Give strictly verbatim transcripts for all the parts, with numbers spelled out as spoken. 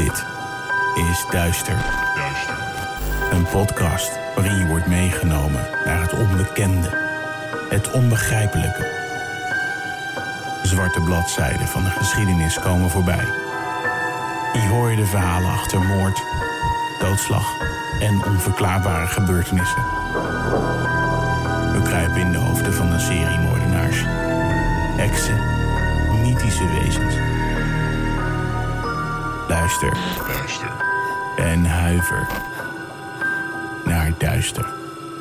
Dit is Duister. Duister. Een podcast waarin je wordt meegenomen naar het onbekende, het onbegrijpelijke. Zwarte bladzijden van de geschiedenis komen voorbij. Hier hoor je de verhalen achter moord, doodslag en onverklaarbare gebeurtenissen. We kruipen in de hoofden van de seriemoordenaars, heksen, mythische wezens. Luister. Luister. En huiver naar Duister.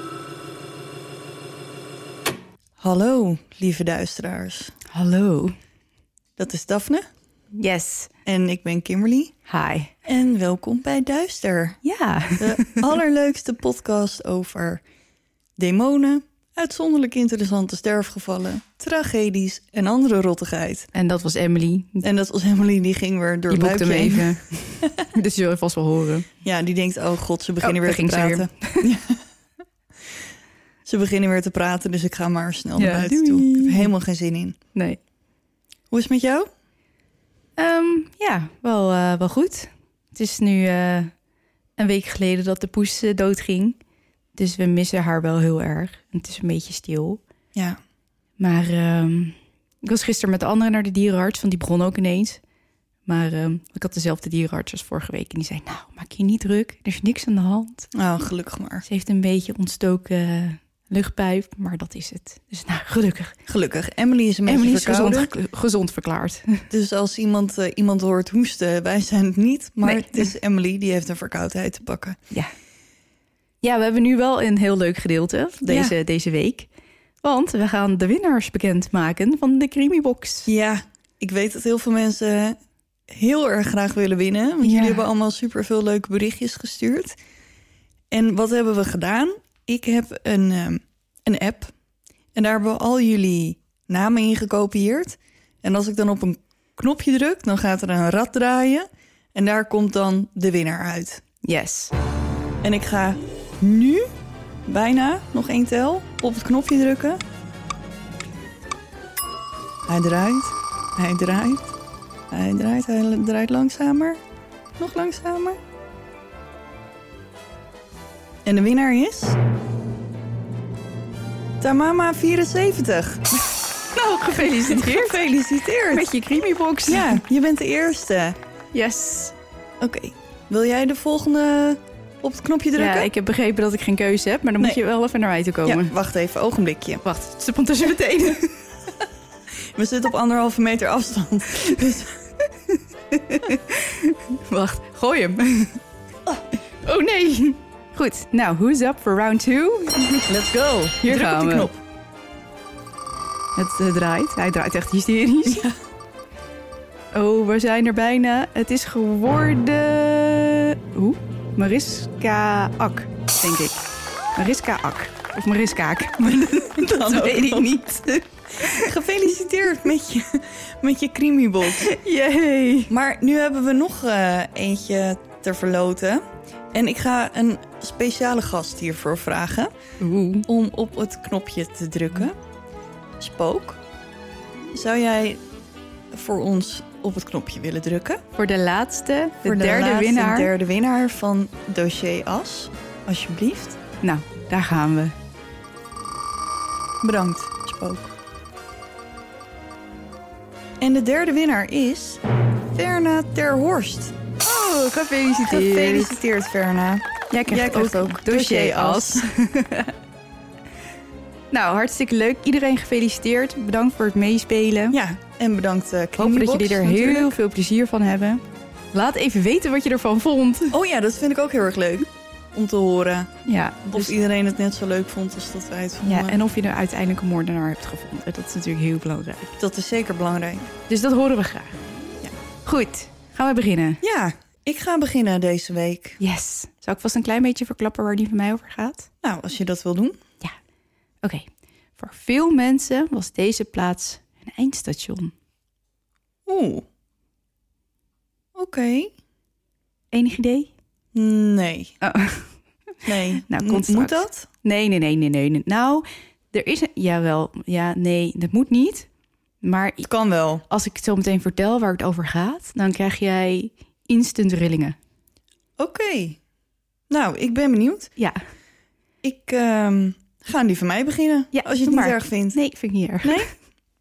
Hallo, lieve duisteraars. Hallo. Dat is Daphne. Yes. En ik ben Kimberly. Hi. En welkom bij Duister. Ja. De allerleukste podcast over demonen, uitzonderlijk interessante sterfgevallen, tragedies en andere rottigheid. En dat was Emily. En dat was Emily, die ging weer door die het buikje hem heen. even. Dus je wil vast wel horen. Ja, die denkt, oh god, ze beginnen Oh, weer te daar ging praten. Ja. Ze beginnen weer te praten, dus ik ga maar snel Ja, naar buiten doei. toe. Ik heb er helemaal geen zin in. Nee. Hoe is het met jou? Um, ja, wel, uh, wel goed. Het is nu uh, een week geleden dat de poes uh, doodging. Dus we missen haar wel heel erg. Het is een beetje stil. Ja. Maar um, ik was gisteren met de anderen naar de dierenarts, want die begon ook ineens. Maar um, ik had dezelfde dierenarts als vorige week. En die zei, nou, maak je niet druk. Er is niks aan de hand. Oh, gelukkig maar. Ze heeft een beetje ontstoken luchtpijp, maar dat is het. Dus nou, gelukkig. Gelukkig. Emily is een beetje Emily is verkouden. gezond, gezond verklaard. Dus als iemand, uh, iemand hoort hoesten, wij zijn het niet. Maar Nee. het is Emily, die heeft een verkoudheid te pakken. Ja. Ja, we hebben nu wel een heel leuk gedeelte deze, Ja. deze week. Want we gaan de winnaars bekendmaken van de Creamy Box. Ja, ik weet dat heel veel mensen heel erg graag willen winnen. Want Ja. jullie hebben allemaal superveel leuke berichtjes gestuurd. En wat hebben we gedaan? Ik heb een, um, een app. En daar hebben we al jullie namen in gekopieerd. En als ik dan op een knopje druk, dan gaat er een rad draaien. En daar komt dan de winnaar uit. Yes. En ik ga nu, bijna, nog één tel, op het knopje drukken. Hij draait, hij draait, hij draait, hij draait langzamer. Nog langzamer. En de winnaar is... Tamama vierenzeventig. Nou, gefeliciteerd. Gefeliciteerd. Met je Creamy Box. Ja, je bent de eerste. Yes. Oké, okay. Wil jij de volgende op het knopje drukken? Ja, ik heb begrepen dat ik geen keuze heb, maar dan Nee. moet je wel even naar mij toe komen. Ja, wacht even, ogenblikje. Wacht, het stond tussen mijn tenen. We zitten op anderhalve meter afstand. Dus... Wacht, gooi hem. Oh nee. Goed, nou, who's up for round two? Let's go. Hier Druk gaan op die we. knop. Het uh, draait. Hij draait echt hysterisch. Ja. Oh, we zijn er bijna. Het is geworden... Hoe? Mariska Ak, denk ik. Mariska Ak. Of Mariska Ak. Dat Kan ook weet ik nog. niet. Gefeliciteerd met je, met je Creamy Box. Yay. Maar nu hebben we nog uh, eentje te verloten. En ik ga een speciale gast hiervoor vragen. Oeh. Om op het knopje te drukken. Spook, zou jij voor ons op het knopje willen drukken? Voor de laatste, de, Voor de derde laatste, winnaar. derde winnaar van dossier As. Alsjeblieft. Nou, daar gaan we. Bedankt, Spook. En de derde winnaar is Verna Terhorst. Oh, gefeliciteerd. Gefeliciteerd, Verna. Jij krijgt, Jij krijgt ook, ook dossier As. dossier Nou, hartstikke leuk. Iedereen gefeliciteerd. Bedankt voor het meespelen. Ja, en bedankt uh, Hoop Creamy dat Box, jullie er natuurlijk. heel veel plezier van hebben. Laat even weten wat je ervan vond. Oh ja, dat vind ik ook heel erg leuk om te horen. Ja, Of dus, iedereen het net zo leuk vond als dat wij het vonden. ja, en of je er uiteindelijk een moordenaar hebt gevonden. Dat is natuurlijk heel belangrijk. Dat is zeker belangrijk. Dus dat horen we graag. Ja. Goed, gaan we beginnen. Ja, ik ga beginnen deze week. Yes. Zou ik vast een klein beetje verklappen waar die van mij over gaat? Nou, als je dat wil doen. Ja. Oké. Okay. Voor veel mensen was deze plaats een eindstation. Oeh. Oké. Okay. Enig idee? Nee. Oh. Nee. Nou, M- komt moet straks. dat? Nee, nee, nee, nee, nee. Nou, er is een... Jawel, ja, nee, dat moet niet. Maar Het kan wel. als ik het zo meteen vertel waar het over gaat, dan krijg jij instant rillingen. Oké. Okay. Nou, ik ben benieuwd. Ja. Ik uh, ga aan die van mij beginnen, ja, als je het niet maar. erg vindt. Nee, vind ik niet erg. Nee?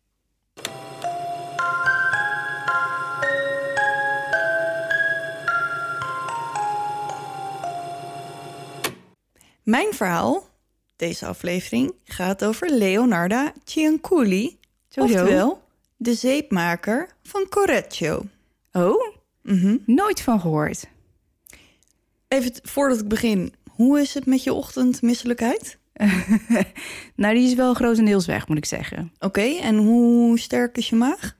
Mijn verhaal, deze aflevering, gaat over Leonarda Cianculi. Sowieso. Oftewel, de zeepmaker van Correggio. Oh? Mm-hmm. Nooit van gehoord. Even t- voordat ik begin, hoe is het met je ochtendmisselijkheid? Nou, die is wel grotendeels weg, moet ik zeggen. Oké, okay, en hoe sterk is je maag?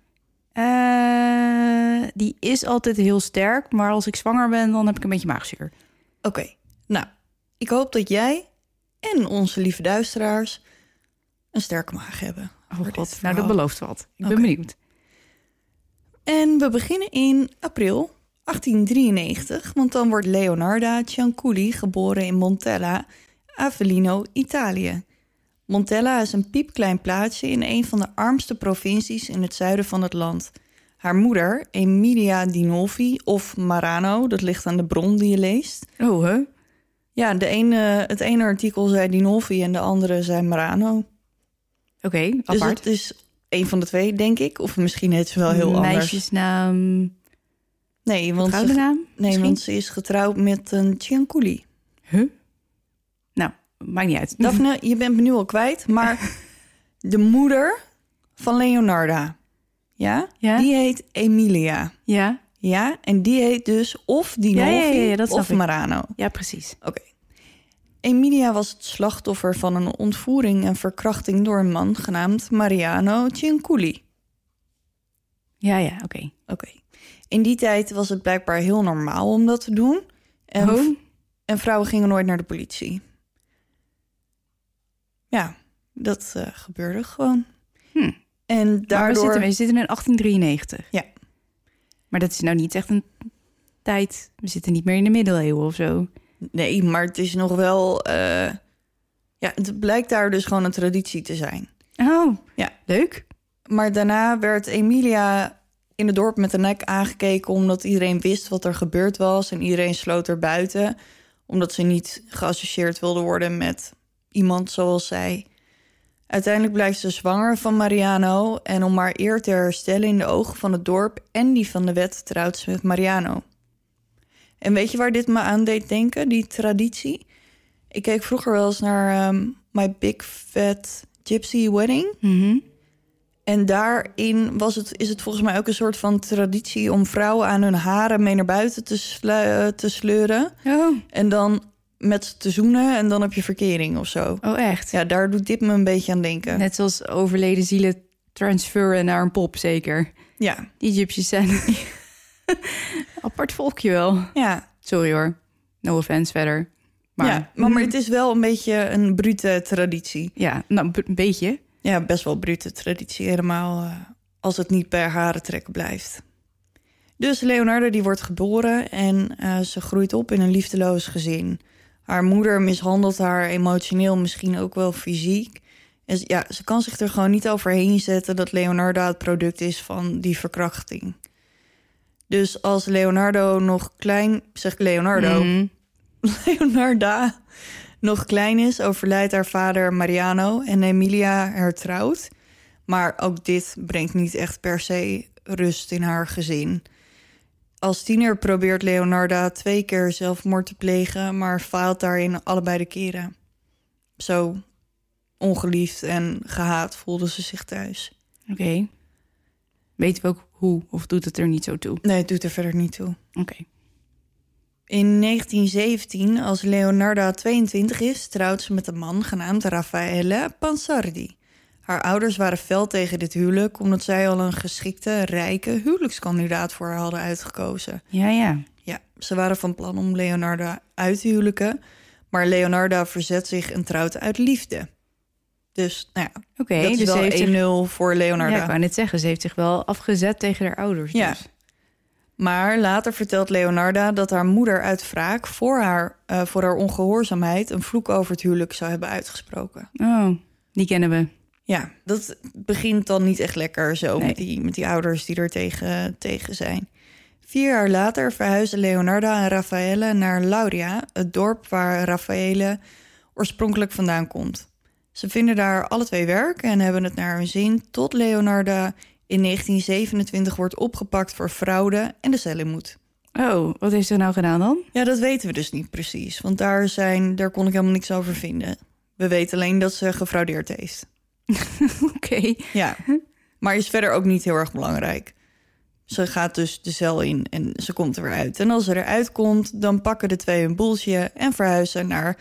Uh, die is altijd heel sterk, maar als ik zwanger ben, dan heb ik een beetje maagzuur. Oké, okay, nou, ik hoop dat jij en onze lieve luisteraars een sterke maag hebben. Oh god, nou dat belooft wat. Ik ben okay. benieuwd. En we beginnen in april achttien drieënnegentig, want dan wordt Leonarda Cianculi geboren in Montella, Avellino, Italië. Montella is een piepklein plaatsje in een van de armste provincies in het zuiden van het land. Haar moeder, Emilia Dinolfi of Marano, dat ligt aan de bron die je leest. Oh, hè? Huh? Ja, de ene, het ene artikel zei Dinolfi en de andere zei Marano. Oké, okay, apart. Dus het is een van de twee, denk ik. Of misschien heet ze wel heel anders. Meisjesnaam? Nee, want ze, naam, nee, want ze is getrouwd met een Cianculi. Huh? Nou, maakt niet uit. Daphne, je bent me nu al kwijt, maar de moeder van Leonarda, ja? ja? Die heet Emilia. Ja. Ja, en die heet dus of Dinolfi ja, ja, ja, ja, of Marano. Ja, precies. Oké. Okay. Emilia was het slachtoffer van een ontvoering en verkrachting door een man genaamd Mariano Cianculi. Ja, ja, oké. Okay. Oké. Okay. In die tijd was het blijkbaar heel normaal om dat te doen. En, oh. en vrouwen gingen nooit naar de politie. Ja, dat uh, gebeurde gewoon. Hm. En daardoor... Maar we zitten, we zitten in achttien drieënnegentig. Ja. Maar dat is nou niet echt een tijd... We zitten niet meer in de middeleeuwen of zo. Nee, maar het is nog wel... Uh... Ja, het blijkt daar dus gewoon een traditie te zijn. Oh, ja, leuk. Maar daarna werd Emilia in het dorp met de nek aangekeken... omdat iedereen wist wat er gebeurd was... en iedereen sloot er buiten... omdat ze niet geassocieerd wilde worden met iemand zoals zij. Uiteindelijk blijft ze zwanger van Mariano... en om haar eer te herstellen in de ogen van het dorp... en die van de wet trouwt ze met Mariano. En weet je waar dit me aan deed denken, die traditie? Ik keek vroeger wel eens naar um, My Big Fat Gypsy Wedding. Mm-hmm. En daarin was het, is het volgens mij ook een soort van traditie... om vrouwen aan hun haren mee naar buiten te, slu- te sleuren. Oh. En dan met ze te zoenen en dan heb je verkering of zo. Oh, echt? Ja, daar doet dit me een beetje aan denken. Net zoals overleden zielen transferen naar een pop, zeker? Ja. Die gypsies zijn... Apart volkje wel. Ja. Sorry hoor. No offense verder. Maar... Ja, maar, maar het is wel een beetje een brute traditie. Ja, nou, een beetje. Ja, best wel brute traditie. Helemaal uh, als het niet bij haren trekken blijft. Dus Leonarda die wordt geboren en uh, ze groeit op in een liefdeloos gezin. Haar moeder mishandelt haar emotioneel, misschien ook wel fysiek. En ja, ze kan zich er gewoon niet overheen zetten dat Leonarda het product is van die verkrachting. Dus als Leonardo nog klein... Zeg Leonardo. Mm. Leonarda nog klein is, overlijdt haar vader Mariano... en Emilia hertrouwt. Maar ook dit brengt niet echt per se rust in haar gezin. Als tiener probeert Leonarda twee keer zelfmoord te plegen... maar faalt daarin allebei de keren. Zo ongeliefd en gehaat voelde ze zich thuis. Oké. Okay. Weten we ook hoe, of doet het er niet zo toe? Nee, het doet er verder niet toe. Oké. Okay. In negentien zeventien, als Leonarda tweeëntwintig is... trouwt ze met een man genaamd Raffaele Pansardi. Haar ouders waren fel tegen dit huwelijk... omdat zij al een geschikte, rijke huwelijkskandidaat voor haar hadden uitgekozen. Ja, ja. Ja, ze waren van plan om Leonarda uit te huwelijken... maar Leonarda verzet zich en trouwt uit liefde. Dus, nou ja, okay, dat is dus wel één nul zich... voor Leonarda. Ja, ik wou net zeggen, ze heeft zich wel afgezet tegen haar ouders. Ja. Dus. Maar later vertelt Leonarda dat haar moeder uit wraak voor haar, uh, voor haar ongehoorzaamheid... een vloek over het huwelijk zou hebben uitgesproken. Oh, die kennen we. Ja, dat begint dan niet echt lekker zo nee. met, die, met die ouders die er tegen, tegen zijn. Vier jaar later verhuizen Leonarda en Raffaele naar Lauria, het dorp waar Raffaele oorspronkelijk vandaan komt. Ze vinden daar alle twee werk en hebben het naar hun zin tot Leonarda in negentien zevenentwintig wordt opgepakt voor fraude en de cel in moet. Oh, wat heeft ze nou gedaan dan? Ja, dat weten we dus niet precies, want daar, zijn, daar kon ik helemaal niks over vinden. We weten alleen dat ze gefraudeerd heeft. Oké. Okay. Ja, maar is verder ook niet heel erg belangrijk. Ze gaat dus de cel in en ze komt er weer uit. En als ze eruit komt, dan pakken de twee hun boeltje en verhuizen naar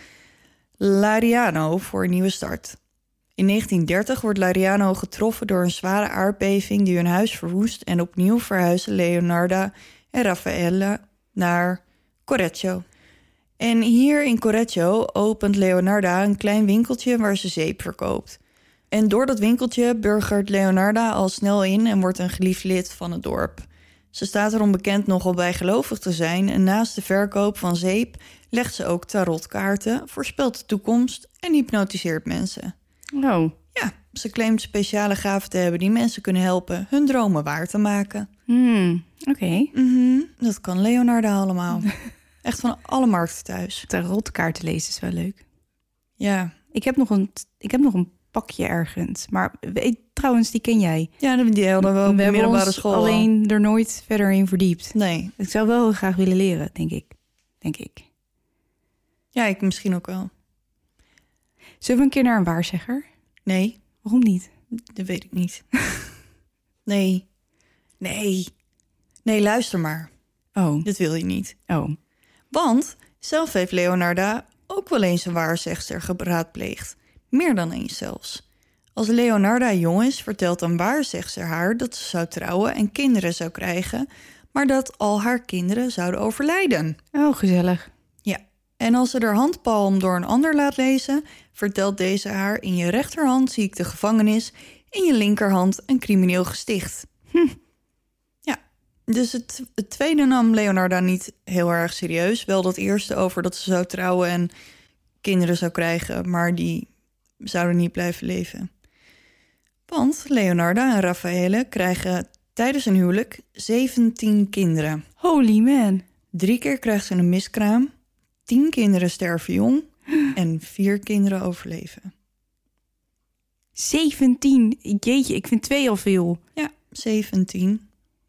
Lariano voor een nieuwe start. In negentien dertig wordt Lariano getroffen door een zware aardbeving die hun huis verwoest en opnieuw verhuizen Leonarda en Raffaele naar Correggio. En hier in Correggio opent Leonarda een klein winkeltje waar ze zeep verkoopt. En door dat winkeltje burgert Leonarda al snel in en wordt een geliefd lid van het dorp. Ze staat erom bekend nogal bijgelovig te zijn en naast de verkoop van zeep legt ze ook tarotkaarten, voorspelt de toekomst en hypnotiseert mensen. Oh. Ja, ze claimt speciale gaven te hebben die mensen kunnen helpen hun dromen waar te maken. Hmm, oké. Okay. Mm-hmm, dat kan Leonarda allemaal. Echt van alle markten thuis. Tarotkaarten lezen is wel leuk. Ja. Ik heb nog een, ik heb nog een pakje ergens. Maar weet, trouwens, die ken jij. Ja, die hadden we op de middelbare school. Alleen er nooit verder in verdiept. Nee. Ik zou wel graag willen leren, denk ik. Denk ik. Ja, ik misschien ook wel. Zullen we een keer naar een waarzegger? Nee. Waarom niet? Dat weet ik niet. Nee. Nee. Nee, luister maar. Oh. Dat wil je niet. Oh. Want zelf heeft Leonarda ook wel eens een waarzegster geraadpleegd. Meer dan eens zelfs. Als Leonarda jong is, vertelt een waarzegster haar dat ze zou trouwen en kinderen zou krijgen, maar dat al haar kinderen zouden overlijden. Oh, gezellig. Ja, en als ze haar handpalm door een ander laat lezen, vertelt deze haar: in je rechterhand zie ik de gevangenis, in je linkerhand een crimineel gesticht. Hm. Ja, dus het, het tweede nam Leonarda niet heel erg serieus. Wel dat eerste over dat ze zou trouwen en kinderen zou krijgen, maar die zouden niet blijven leven. Want Leonarda en Raffaele krijgen tijdens een huwelijk zeventien kinderen. Holy man. Drie keer krijgt ze een miskraam, tien kinderen sterven jong en vier kinderen overleven. zeventien? Jeetje, ik vind twee al veel. Ja, zeventien.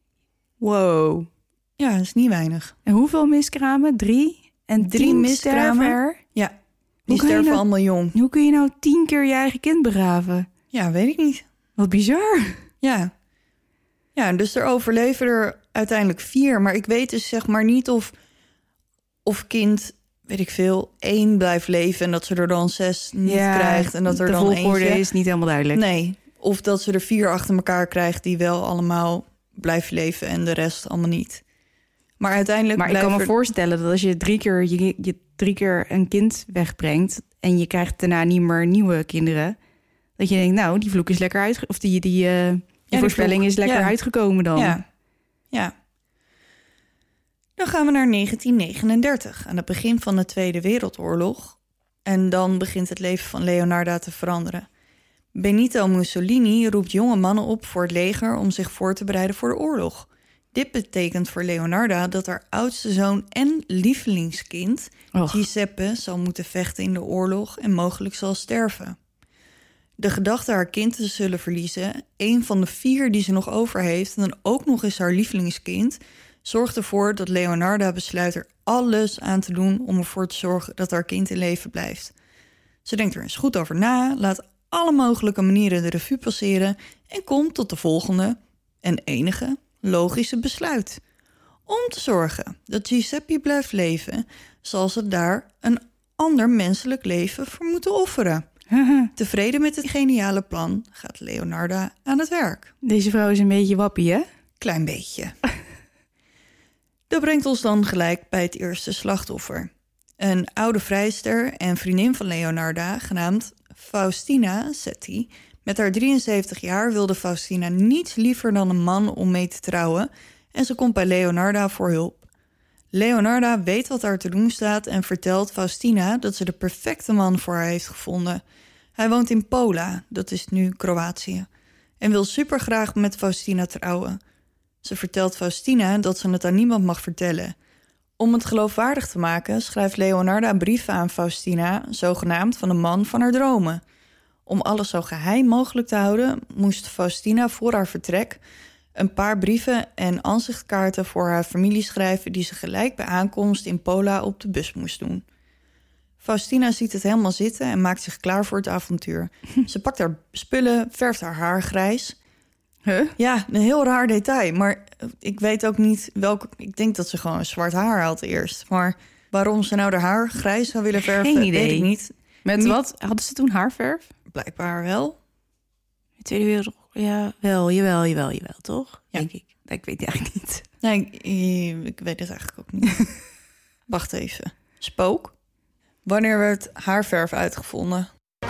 Wow. Ja, dat is niet weinig. En hoeveel miskramen? Drie? En Drie tien miskramen? sterven? Ja, die Hoe sterven nou, allemaal jong. Hoe kun je nou tien keer je eigen kind begraven? Ja, weet ik niet. Wat bizar. Ja. Ja, dus er overleven er uiteindelijk vier. Maar ik weet dus zeg maar niet of, of kind, weet ik veel, één blijft leven en dat ze er dan zes niet ja, krijgt. En dat er de dan volgorde eentje is niet helemaal duidelijk. Nee, of dat ze er vier achter elkaar krijgt die wel allemaal blijven leven en de rest allemaal niet. Maar uiteindelijk Maar ik kan me er... voorstellen dat als je drie keer, je, je drie keer een kind wegbrengt en je krijgt daarna niet meer nieuwe kinderen, dat je denkt, nou, die vloek is lekker uit, of die, die, uh, die ja, voorspelling die is lekker ja. uitgekomen dan. Ja. ja. Dan gaan we naar negentien negenendertig, aan het begin van de Tweede Wereldoorlog. En dan begint het leven van Leonarda te veranderen. Benito Mussolini roept jonge mannen op voor het leger om zich voor te bereiden voor de oorlog. Dit betekent voor Leonarda dat haar oudste zoon en lievelingskind, Och. Giuseppe, zal moeten vechten in de oorlog en mogelijk zal sterven. De gedachte haar kind te zullen verliezen, een van de vier die ze nog over heeft en dan ook nog eens haar lievelingskind, zorgt ervoor dat Leonarda besluit er alles aan te doen om ervoor te zorgen dat haar kind in leven blijft. Ze denkt er eens goed over na, laat alle mogelijke manieren de revue passeren en komt tot de volgende en enige logische besluit. Om te zorgen dat Giuseppe blijft leven, zal ze daar een ander menselijk leven voor moeten offeren. Tevreden met het geniale plan gaat Leonarda aan het werk. Deze vrouw is een beetje wappie, hè? Klein beetje. Dat brengt ons dan gelijk bij het eerste slachtoffer. Een oude vrijster en vriendin van Leonarda, genaamd Faustina Setti. Met haar drieënzeventig jaar wilde Faustina niets liever dan een man om mee te trouwen en ze komt bij Leonarda voor hulp. Leonarda weet wat haar te doen staat en vertelt Faustina dat ze de perfecte man voor haar heeft gevonden. Hij woont in Pola, dat is nu Kroatië, en wil supergraag met Faustina trouwen. Ze vertelt Faustina dat ze het aan niemand mag vertellen. Om het geloofwaardig te maken schrijft Leonarda brieven aan Faustina, zogenaamd van de man van haar dromen. Om alles zo geheim mogelijk te houden, moest Faustina voor haar vertrek een paar brieven en aanzichtkaarten voor haar familie schrijven die ze gelijk bij aankomst in Pola op de bus moest doen. Faustina ziet het helemaal zitten en maakt zich klaar voor het avontuur. Ze pakt haar spullen, verft haar haar grijs. Huh? Ja, een heel raar detail, maar ik weet ook niet welke. Ik denk dat ze gewoon zwart haar had eerst. Maar waarom ze nou haar haar grijs zou willen verven, Geen idee. weet ik niet. Met Niet- wat? Hadden ze toen haarverf? Blijkbaar wel. De Tweede Wereldoorlog? Ja, wel, jawel, jawel, jawel, toch? Ja. Denk ik. Ik weet het eigenlijk niet. Nee, ik, ik weet het eigenlijk ook niet. Wacht even. Spook? Wanneer werd haarverf uitgevonden?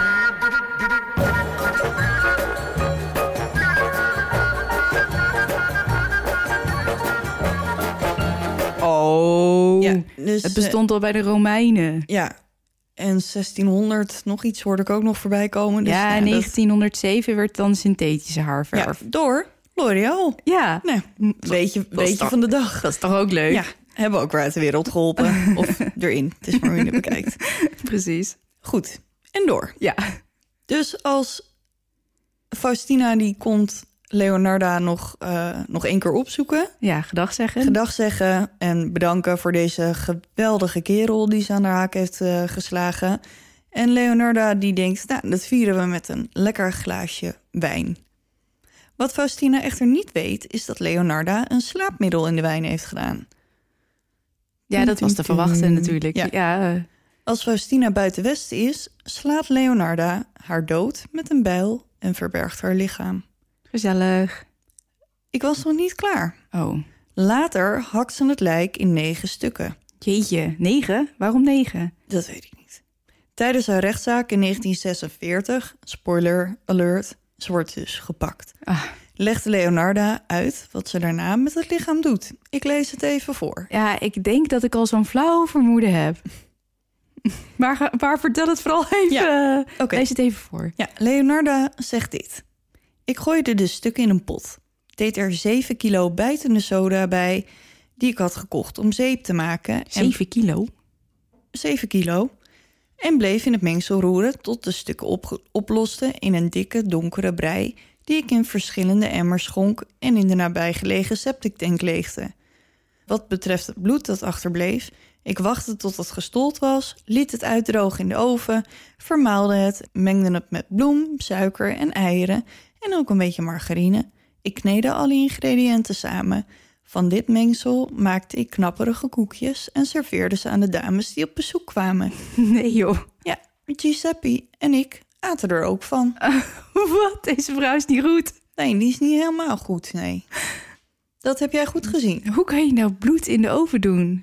Oh, Ja, dus, het bestond al bij de Romeinen. eh, ja, en zestienhonderd nog iets hoorde ik ook nog voorbij komen. Dus, ja, nou, in dat- negentienhonderdzeven werd dan synthetische ja, haarverf. door L'Oreal. Ja, Nou, beetje, dat is beetje toch- van de dag. dat is toch ook leuk? Ja, hebben we ook weer uit de wereld geholpen. Of erin. Het is maar hoe je het bekijkt. Precies. Goed, en door. Ja. Dus als Faustina die komt Leonarda nog, uh, nog één keer opzoeken, Ja, gedag zeggen. gedag zeggen en bedanken voor deze geweldige kerel die ze aan haar haak heeft uh, geslagen. En Leonarda die denkt, nou, dat vieren we met een lekker glaasje wijn. Wat Faustina echter niet weet, is dat Leonarda een slaapmiddel in de wijn heeft gedaan. Ja, dat was te verwachten natuurlijk. Ja. Ja. eh, Als Faustina buiten Westen is, slaat Leonarda haar dood met een bijl en verbergt haar lichaam. gezellig. Ik was nog niet klaar. Oh, Later hakt ze het lijk in negen stukken. jeetje. Negen? Waarom negen? Dat weet ik niet. Tijdens haar rechtszaak in negentien zesenveertig, spoiler alert, ze wordt dus gepakt. Ah, Legde Leonarda uit wat ze daarna met het lichaam doet. Ik lees het even voor. ja, ik denk dat ik al zo'n flauw vermoeden heb. Maar, ga- maar vertel het vooral even. Ja, oké. Lees het even voor. Ja, Leonarda zegt dit. Ik gooide de stukken in een pot. Deed er zeven kilo bijtende soda bij die ik had gekocht om zeep te maken. En Zeven kilo? zeven kilo. En bleef in het mengsel roeren tot de stukken op, oplosten in een dikke, donkere brei die ik in verschillende emmers schonk en in de nabijgelegen septic tank leegde. Wat betreft het bloed dat achterbleef, ik wachtte tot het gestold was, liet het uitdrogen in de oven, vermaalde het, mengde het met bloem, suiker en eieren en ook een beetje margarine. Ik kneedde alle ingrediënten samen. Van dit mengsel maakte ik knapperige koekjes en serveerde ze aan de dames die op bezoek kwamen. Nee joh. Ja, Giuseppe en ik aten er ook van. Wat? Deze vrouw is niet goed. Nee, die is niet helemaal goed, nee. Dat heb jij goed gezien. Hoe kan je nou bloed in de oven doen?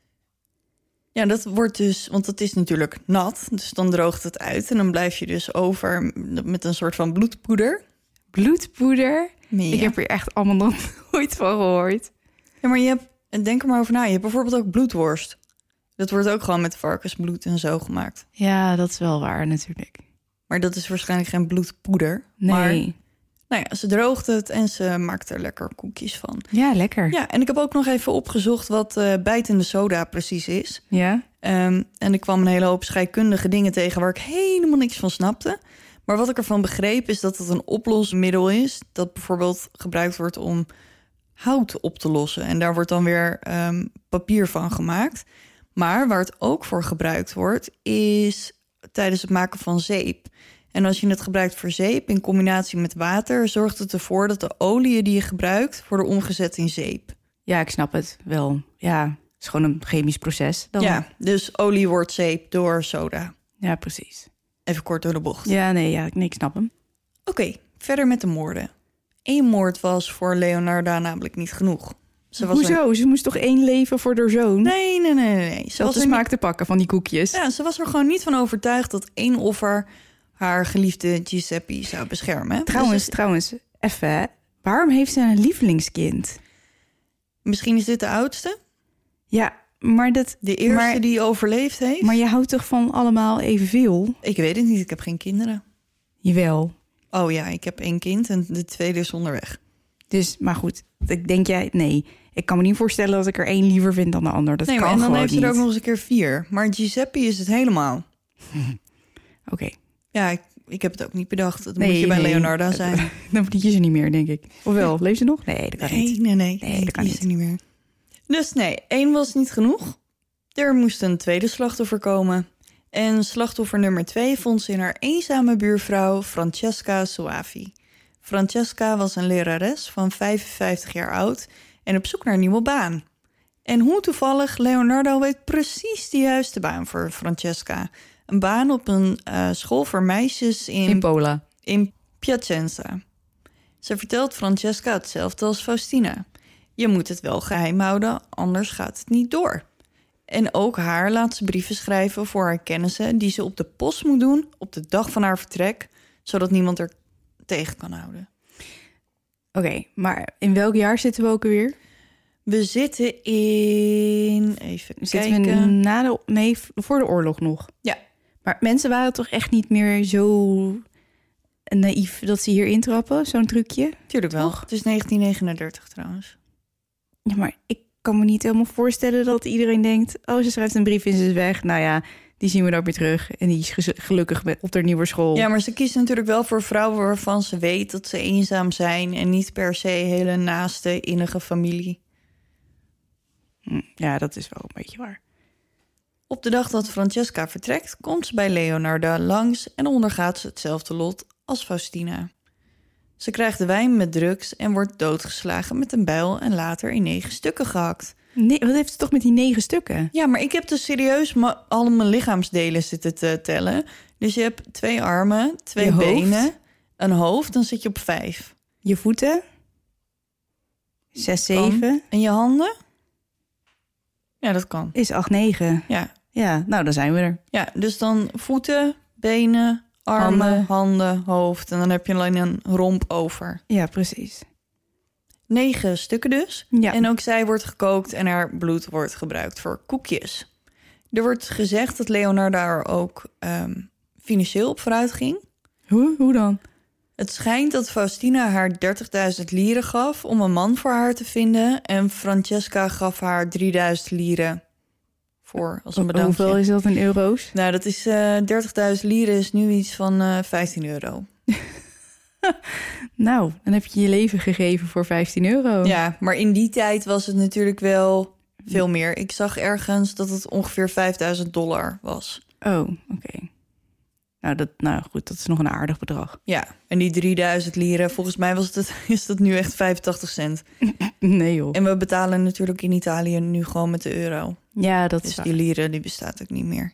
Ja, dat wordt dus, want het is natuurlijk nat, dus dan droogt het uit en dan blijf je dus over met een soort van bloedpoeder. Bloedpoeder? Ja. Ik heb er echt allemaal nog nooit van gehoord. Ja, maar je hebt, denk er maar over na, je hebt bijvoorbeeld ook bloedworst. Dat wordt ook gewoon met varkensbloed en zo gemaakt. Ja, dat is wel waar natuurlijk. Maar dat is waarschijnlijk geen bloedpoeder. Nee. Maar nou ja, ze droogt het en ze maakt er lekker koekjes van. Ja, lekker. Ja, en ik heb ook nog even opgezocht wat uh, bijtende soda precies is. Ja? Um, en ik kwam een hele hoop scheikundige dingen tegen waar ik helemaal niks van snapte. Maar wat ik ervan begreep is dat het een oplosmiddel is dat bijvoorbeeld gebruikt wordt om hout op te lossen. En daar wordt dan weer um, papier van gemaakt. Maar waar het ook voor gebruikt wordt is tijdens het maken van zeep. En als je het gebruikt voor zeep in combinatie met water, zorgt het ervoor dat de oliën die je gebruikt worden omgezet in zeep. Ja, ik snap het wel. Ja, het is gewoon een chemisch proces. Dan. Ja, dus olie wordt zeep door soda. Ja, precies. Even kort door de bocht. Ja, nee, ja, nee, ik snap hem. Oké, okay, verder met de moorden. Eén moord was voor Leonarda namelijk niet genoeg. Ze was Hoezo? Er... Ze moest toch één leven voor haar zoon? Nee, nee, nee, nee. Ze dat was de er smaak niet... te pakken van die koekjes. Ja, ze was er gewoon niet van overtuigd dat één offer haar geliefde Giuseppe zou beschermen. Trouwens, dus... trouwens, even, waarom heeft ze een lievelingskind? Misschien is dit de oudste? Ja, maar dat... De eerste maar... die overleefd heeft? Maar je houdt toch van allemaal evenveel? Ik weet het niet, ik heb geen kinderen. Jawel. Oh ja, ik heb één kind en de tweede is onderweg. Dus, maar goed, ik denk jij... Nee, ik kan me niet voorstellen dat ik er één liever vind dan de ander. Dat nee, kan maar en dan gewoon heeft ze niet. er ook nog eens een keer vier. Maar Giuseppe is het helemaal. Oké. Okay. Ja, ik, ik heb het ook niet bedacht. Dat Nee, moet je bij nee. Leonarda zijn. Dan verdien je ze niet meer, denk ik. Of wel, leeft ze nog? Nee, dat kan Nee, niet. nee, nee. Nee, dat kan die niet. is er niet meer. Dus nee, één was niet genoeg. Er moest een tweede slachtoffer komen. En slachtoffer nummer twee vond ze in haar eenzame buurvrouw Francesca Soavi. Francesca was een lerares van vijfenvijftig jaar oud en op zoek naar een nieuwe baan. En hoe toevallig, Leonardo weet precies de juiste baan voor Francesca. Een baan op een uh, school voor meisjes in, In Pola. in Piacenza. Ze vertelt Francesca hetzelfde als Faustina. Je moet het wel geheim houden, anders gaat het niet door. En ook haar laat ze brieven schrijven voor haar kennissen... die ze op de post moet doen op de dag van haar vertrek... zodat niemand er tegen kan houden. Oké, okay, maar in welk jaar zitten we ook alweer? We zitten in... Even zitten kijken. We na de, nee, voor de oorlog nog. Ja. Maar mensen waren toch echt niet meer zo naïef dat ze hier intrappen, zo'n trucje? Tuurlijk wel. Toch? Het is negentien negenendertig trouwens. Ja, maar ik kan me niet helemaal voorstellen dat iedereen denkt... oh, ze schrijft een brief en ze is weg. Nou ja, die zien we dan weer terug. En die is gelukkig op haar nieuwe school. Ja, maar ze kiest natuurlijk wel voor vrouwen waarvan ze weet dat ze eenzaam zijn... en niet per se hele naaste, innige familie. Ja, dat is wel een beetje waar. Op de dag dat Francesca vertrekt, komt ze bij Leonarda langs... en ondergaat ze hetzelfde lot als Faustina. Ze krijgt de wijn met drugs en wordt doodgeslagen met een bijl... en later in negen stukken gehakt. Nee, wat heeft ze toch met die negen stukken? Ja, maar ik heb dus serieus ma- al mijn lichaamsdelen zitten te tellen. Dus je hebt twee armen, twee Je hoofd. benen, een hoofd, dan zit je op vijf. Je voeten? Zes, zeven? Kan. En je handen? Ja, dat kan. Is acht, negen. Ja, Ja, nou, dan zijn we er. ja dus dan voeten, benen, armen, Handen. handen, hoofd. En dan heb je alleen een romp over. Ja, precies. Negen stukken dus. Ja. En ook zij wordt gekookt en haar bloed wordt gebruikt voor koekjes. Er wordt gezegd dat Leonarda er ook um, financieel op vooruit ging. Hoe? Hoe dan? Het schijnt dat Faustina haar dertigduizend lieren gaf om een man voor haar te vinden. En Francesca gaf haar drieduizend lieren voor als een bedankje. Hoeveel is dat in euro's? Nou, dat is uh, dertigduizend lieren is nu iets van uh, vijftien euro. Nou, dan heb je je leven gegeven voor vijftien euro. Ja, maar in die tijd was het natuurlijk wel veel meer. Ik zag ergens dat het ongeveer vijfduizend dollar was. Oh, oké. Okay. Nou, dat, nou goed, dat is nog een aardig bedrag. Ja, en die drieduizend lieren, volgens mij was het, is dat nu echt vijfentachtig cent. Nee joh. En we betalen natuurlijk in Italië nu gewoon met de euro. Ja, dat dus is waar. die lieren, die bestaat ook niet meer.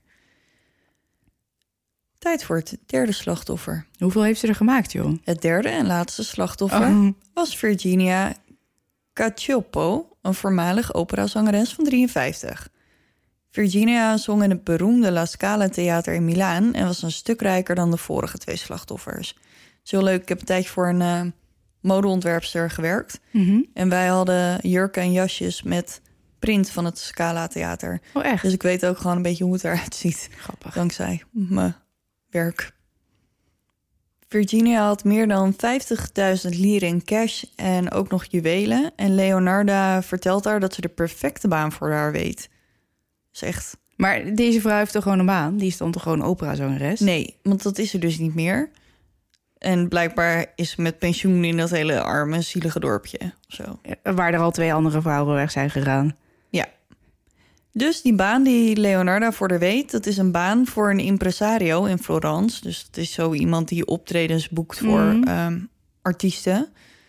Tijd voor het derde slachtoffer. Hoeveel heeft ze er gemaakt, joh? Het derde en laatste slachtoffer Oh. was Virginia Cacioppo, een voormalig operazangeres van drieënvijftig. Virginia zong in het beroemde La Scala Theater in Milaan en was een stuk rijker dan de vorige twee slachtoffers. Het is heel leuk, ik heb een tijdje voor een uh, modeontwerpster gewerkt. Mm-hmm. En wij hadden jurken en jasjes met print van het Scala Theater. Oh, echt? Dus ik weet ook gewoon een beetje hoe het eruit ziet. Grappig. Dankzij mijn werk. Virginia had meer dan vijftigduizend lieren in cash en ook nog juwelen. En Leonarda vertelt haar dat ze de perfecte baan voor haar weet. Dat is echt... Maar deze vrouw heeft toch gewoon een baan? Die is dan toch gewoon operazangeres? Nee, want dat is er dus niet meer. En blijkbaar is ze met pensioen in dat hele arme, zielige dorpje. Of zo. Waar er al twee andere vrouwen weg zijn gegaan. Ja. Dus die baan die Leonarda voor haar weet... dat is een baan voor een impresario in Florence. Dus het is zo iemand die optredens boekt voor Mm. um, artiesten.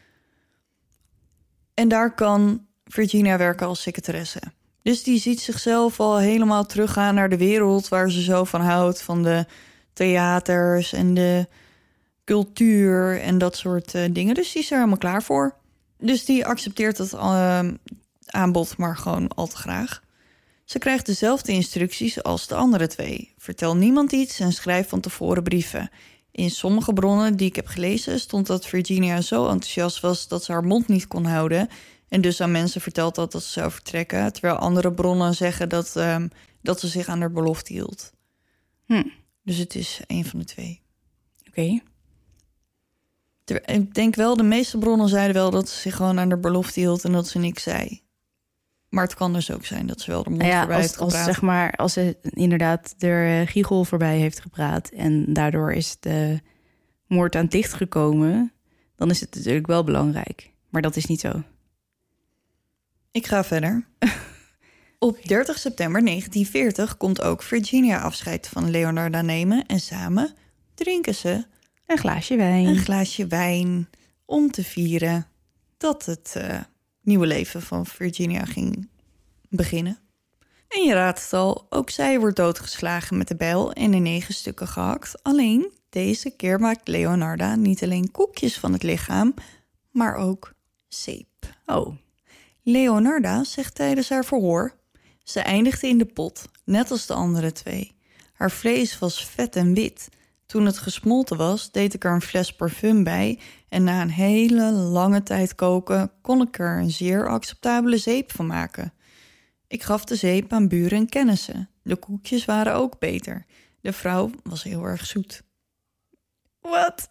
En daar kan Virginia werken als secretaresse. Dus die ziet zichzelf al helemaal teruggaan naar de wereld... waar ze zo van houdt, van de theaters en de cultuur en dat soort uh, dingen. Dus die is er helemaal klaar voor. Dus die accepteert het uh, aanbod maar gewoon al te graag. Ze krijgt dezelfde instructies als de andere twee. Vertel niemand iets en schrijf van tevoren brieven. In sommige bronnen die ik heb gelezen stond dat Virginia zo enthousiast was dat ze haar mond niet kon houden en dus aan mensen verteld had dat ze zou vertrekken, terwijl andere bronnen zeggen dat, um, dat ze zich aan haar belofte hield. Hm. Dus het is een van de twee. Oké. Okay. Ter- ik denk wel, de meeste bronnen zeiden wel dat ze zich gewoon aan de belofte hield en dat ze niks zei. Maar het kan dus ook zijn dat ze wel de mond Nou ja, voorbij als, heeft als, gepraat. zeg maar, als ze inderdaad de uh, giegel voorbij heeft gepraat en daardoor is de moord aan het licht gekomen, dan is het natuurlijk wel belangrijk. Maar dat is niet zo. Ik ga verder. Op dertig september negentien veertig komt ook Virginia afscheid van Leonarda nemen en samen drinken ze Een glaasje wijn. een glaasje wijn om te vieren dat het uh, nieuwe leven van Virginia ging beginnen. En je raadt het al, ook zij wordt doodgeslagen met de bijl en in negen stukken gehakt. Alleen deze keer maakt Leonarda niet alleen koekjes van het lichaam, maar ook zeep. Oh, Leonarda zegt tijdens haar verhoor: ze eindigde in de pot, net als de andere twee. Haar vlees was vet en wit. Toen het gesmolten was, deed ik er een fles parfum bij en na een hele lange tijd koken kon ik er een zeer acceptabele zeep van maken. Ik gaf de zeep aan buren en kennissen. De koekjes waren ook beter. De vrouw was heel erg zoet. wat?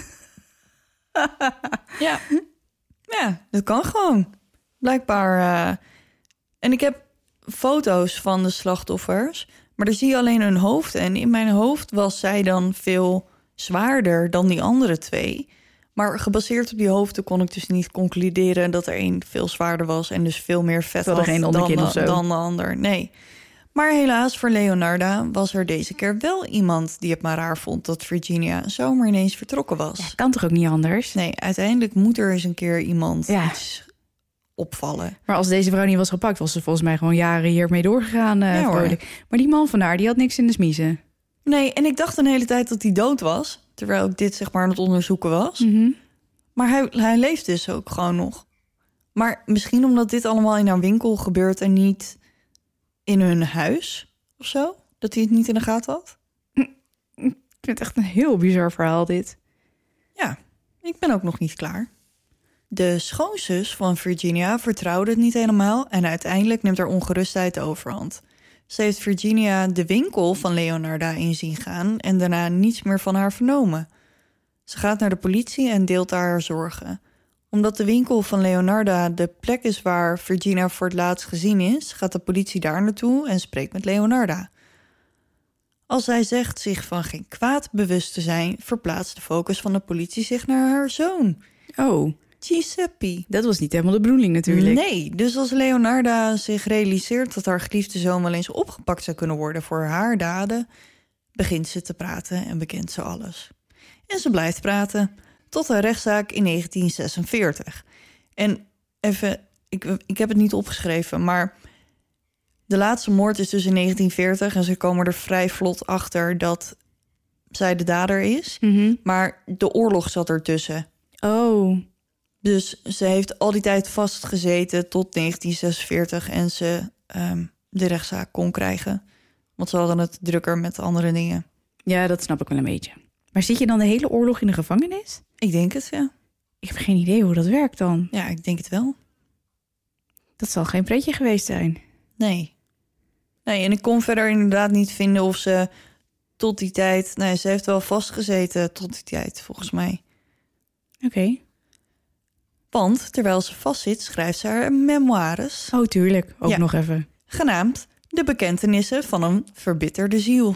Ja, ja, dat kan gewoon. Blijkbaar. Uh... En ik heb foto's van de slachtoffers, maar daar zie je alleen hun hoofd. En in mijn hoofd was zij dan veel zwaarder dan die andere twee. Maar gebaseerd op die hoofden kon ik dus niet concluderen dat er één veel zwaarder was en dus veel meer vet had geen onderkin dan, of zo. dan de ander. Nee. Maar helaas voor Leonarda was er deze keer wel iemand die het maar raar vond dat Virginia zomaar ineens vertrokken was. Ja, kan toch ook niet anders? Nee, uiteindelijk moet er eens een keer iemand Ja. iets opvallen. Maar als deze vrouw niet was gepakt, was ze volgens mij gewoon jaren hiermee doorgegaan. Uh, Ja, hoor. vrolijk. Maar die man van haar, die had niks in de smiezen. Nee, en ik dacht een hele tijd dat hij dood was, terwijl ik dit zeg maar aan het onderzoeken was. Mm-hmm. Maar hij, hij leeft dus ook gewoon nog. Maar misschien omdat dit allemaal in haar winkel gebeurt en niet in hun huis of zo? Dat hij het niet in de gaten had? Ik vind het echt een heel bizar verhaal, dit. Ja, ik ben ook nog niet klaar. De schoonzus van Virginia vertrouwde het niet helemaal en uiteindelijk neemt haar ongerustheid de overhand. Ze heeft Virginia de winkel van Leonarda in zien gaan en daarna niets meer van haar vernomen. Ze gaat naar de politie en deelt daar haar zorgen. Omdat de winkel van Leonarda de plek is waar Virginia voor het laatst gezien is, gaat de politie daar naartoe en spreekt met Leonarda. Als zij zegt zich van geen kwaad bewust te zijn, verplaatst de focus van de politie zich naar haar zoon, Oh, Giuseppe. dat was niet helemaal de bedoeling natuurlijk. Nee, dus als Leonarda zich realiseert dat haar geliefde zoon wel eens opgepakt zou kunnen worden voor haar daden, begint ze te praten en bekent ze alles. En ze blijft praten tot een rechtszaak in negentien zesenveertig. En even, ik, ik heb het niet opgeschreven, maar de laatste moord is dus in negentien veertig en ze komen er vrij vlot achter dat zij de dader is. Mm-hmm. Maar de oorlog zat ertussen. Oh, Dus ze heeft al die tijd vastgezeten tot negentien zesenveertig en ze um, de rechtszaak kon krijgen. Want ze hadden het drukker met andere dingen. ja, dat snap ik wel een beetje. Maar zit je dan de hele oorlog in de gevangenis? Ik denk het, ja. Ik heb geen idee hoe dat werkt dan. Ja, ik denk het wel. Dat zal geen pretje geweest zijn. Nee. Nee, en ik kon verder inderdaad niet vinden of ze tot die tijd... Nee, ze heeft wel vastgezeten tot die tijd, volgens mij. Oké. Okay. Want terwijl ze vastzit, schrijft ze haar memoires. Oh, tuurlijk. Ook Ja. nog even. Genaamd De Bekentenissen van een Verbitterde Ziel.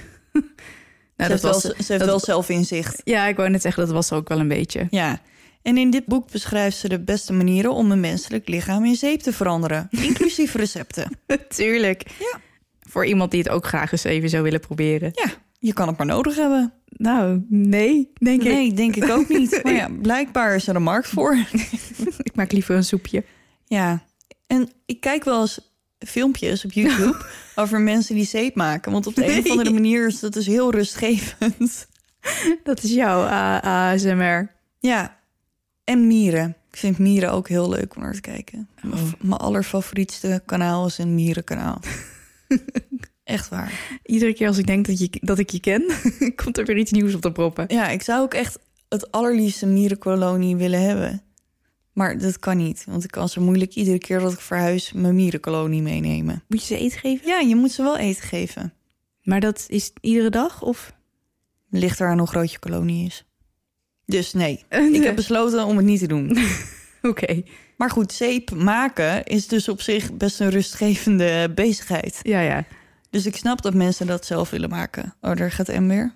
Nou, ze dat heeft, was, wel, ze heeft dat- wel zelfinzicht. Ja, ik wou net zeggen, dat was er ook wel een beetje. Ja. En in dit boek beschrijft ze de beste manieren om een menselijk lichaam in zeep te veranderen. Inclusief recepten. Tuurlijk. Ja. Voor iemand die het ook graag eens even zou willen proberen. Ja, je kan het maar nodig hebben. Nou, nee, denk ik. Nee, denk ik ook niet. Maar ja, blijkbaar is er een markt voor. Ik maak liever een soepje. Ja, en ik kijk wel eens filmpjes op YouTube over mensen die zeep maken. Want op de een of Nee. andere manier is dat dus heel rustgevend. Dat is jouw A S M R. Ja, en mieren. Ik vind mieren ook heel leuk om naar te kijken. Oh. Mijn- Mijn allerfavorietste kanaal is een mierenkanaal. Echt waar. Iedere keer als ik denk dat, je, dat ik je ken, komt er weer iets nieuws op te proppen. Ja, ik zou ook echt het allerliefste mierenkolonie willen hebben. Maar dat kan niet, want ik kan zo moeilijk iedere keer dat ik verhuis mijn mierenkolonie meenemen. Moet je ze eten geven? Ja, je moet ze wel eten geven. Maar dat is iedere dag of? Ligt eraan hoe groot je kolonie is. Dus nee, ik heb besloten om het niet te doen. Oké. Okay. Maar goed, zeep maken is dus op zich best een rustgevende bezigheid. Ja, ja. Dus ik snap dat mensen dat zelf willen maken. Oh, daar gaat Em weer.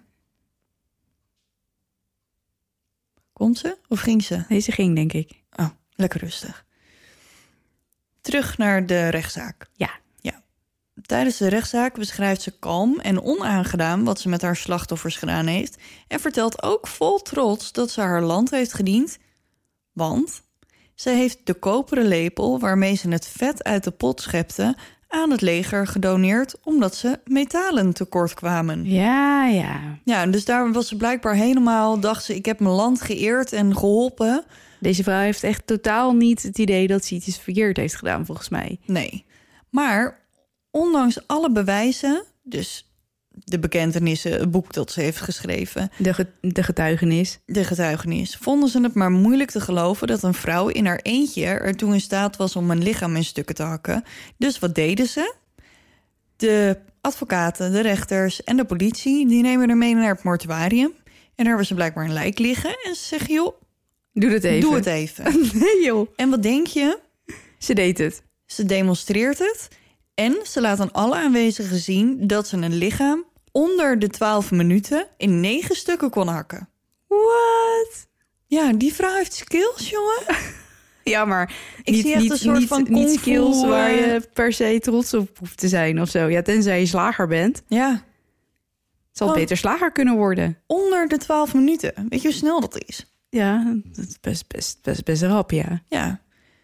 Komt ze of ging ze? Nee, ze ging, denk ik. Oh, lekker rustig. Terug naar de rechtszaak. Ja. Ja. Tijdens de rechtszaak beschrijft ze kalm en onaangedaan wat ze met haar slachtoffers gedaan heeft. En vertelt ook vol trots dat ze haar land heeft gediend. Want ze heeft de koperen lepel waarmee ze het vet uit de pot schepte aan het leger gedoneerd omdat ze metalen tekort kwamen. Ja, ja. Ja, dus daar was ze blijkbaar helemaal, dacht ze, ik heb mijn land geëerd en geholpen. Deze vrouw heeft echt totaal niet het idee dat ze iets verkeerd heeft gedaan, volgens mij. Nee. Maar ondanks alle bewijzen, dus de bekentenissen, het boek dat ze heeft geschreven, De, ge- de getuigenis. de getuigenis, vonden ze het maar moeilijk te geloven dat een vrouw in haar eentje ertoe in staat was om een lichaam in stukken te hakken. Dus wat deden ze? De advocaten, de rechters en de politie, die nemen haar mee naar het mortuarium. En daar hebben ze blijkbaar een lijk liggen. En ze zeggen, joh, Doe het even. doe het even. Nee, joh. En wat denk je? Ze deed het. Ze demonstreert het. En ze laat aan alle aanwezigen zien dat ze een lichaam onder de twaalf minuten in negen stukken kon hakken. What? Ja, die vrouw heeft skills, jongen. Ja, maar Ik niet, zie echt niet, een soort niet, van niet kung fu, skills waar eh, je per se trots op hoeft te zijn of zo. Ja, tenzij je slager bent. Ja, Zal Oh. beter slager kunnen worden. onder de twaalf minuten. Weet je hoe snel dat is? Ja, dat is best, best, best, best rap, ja. Ja.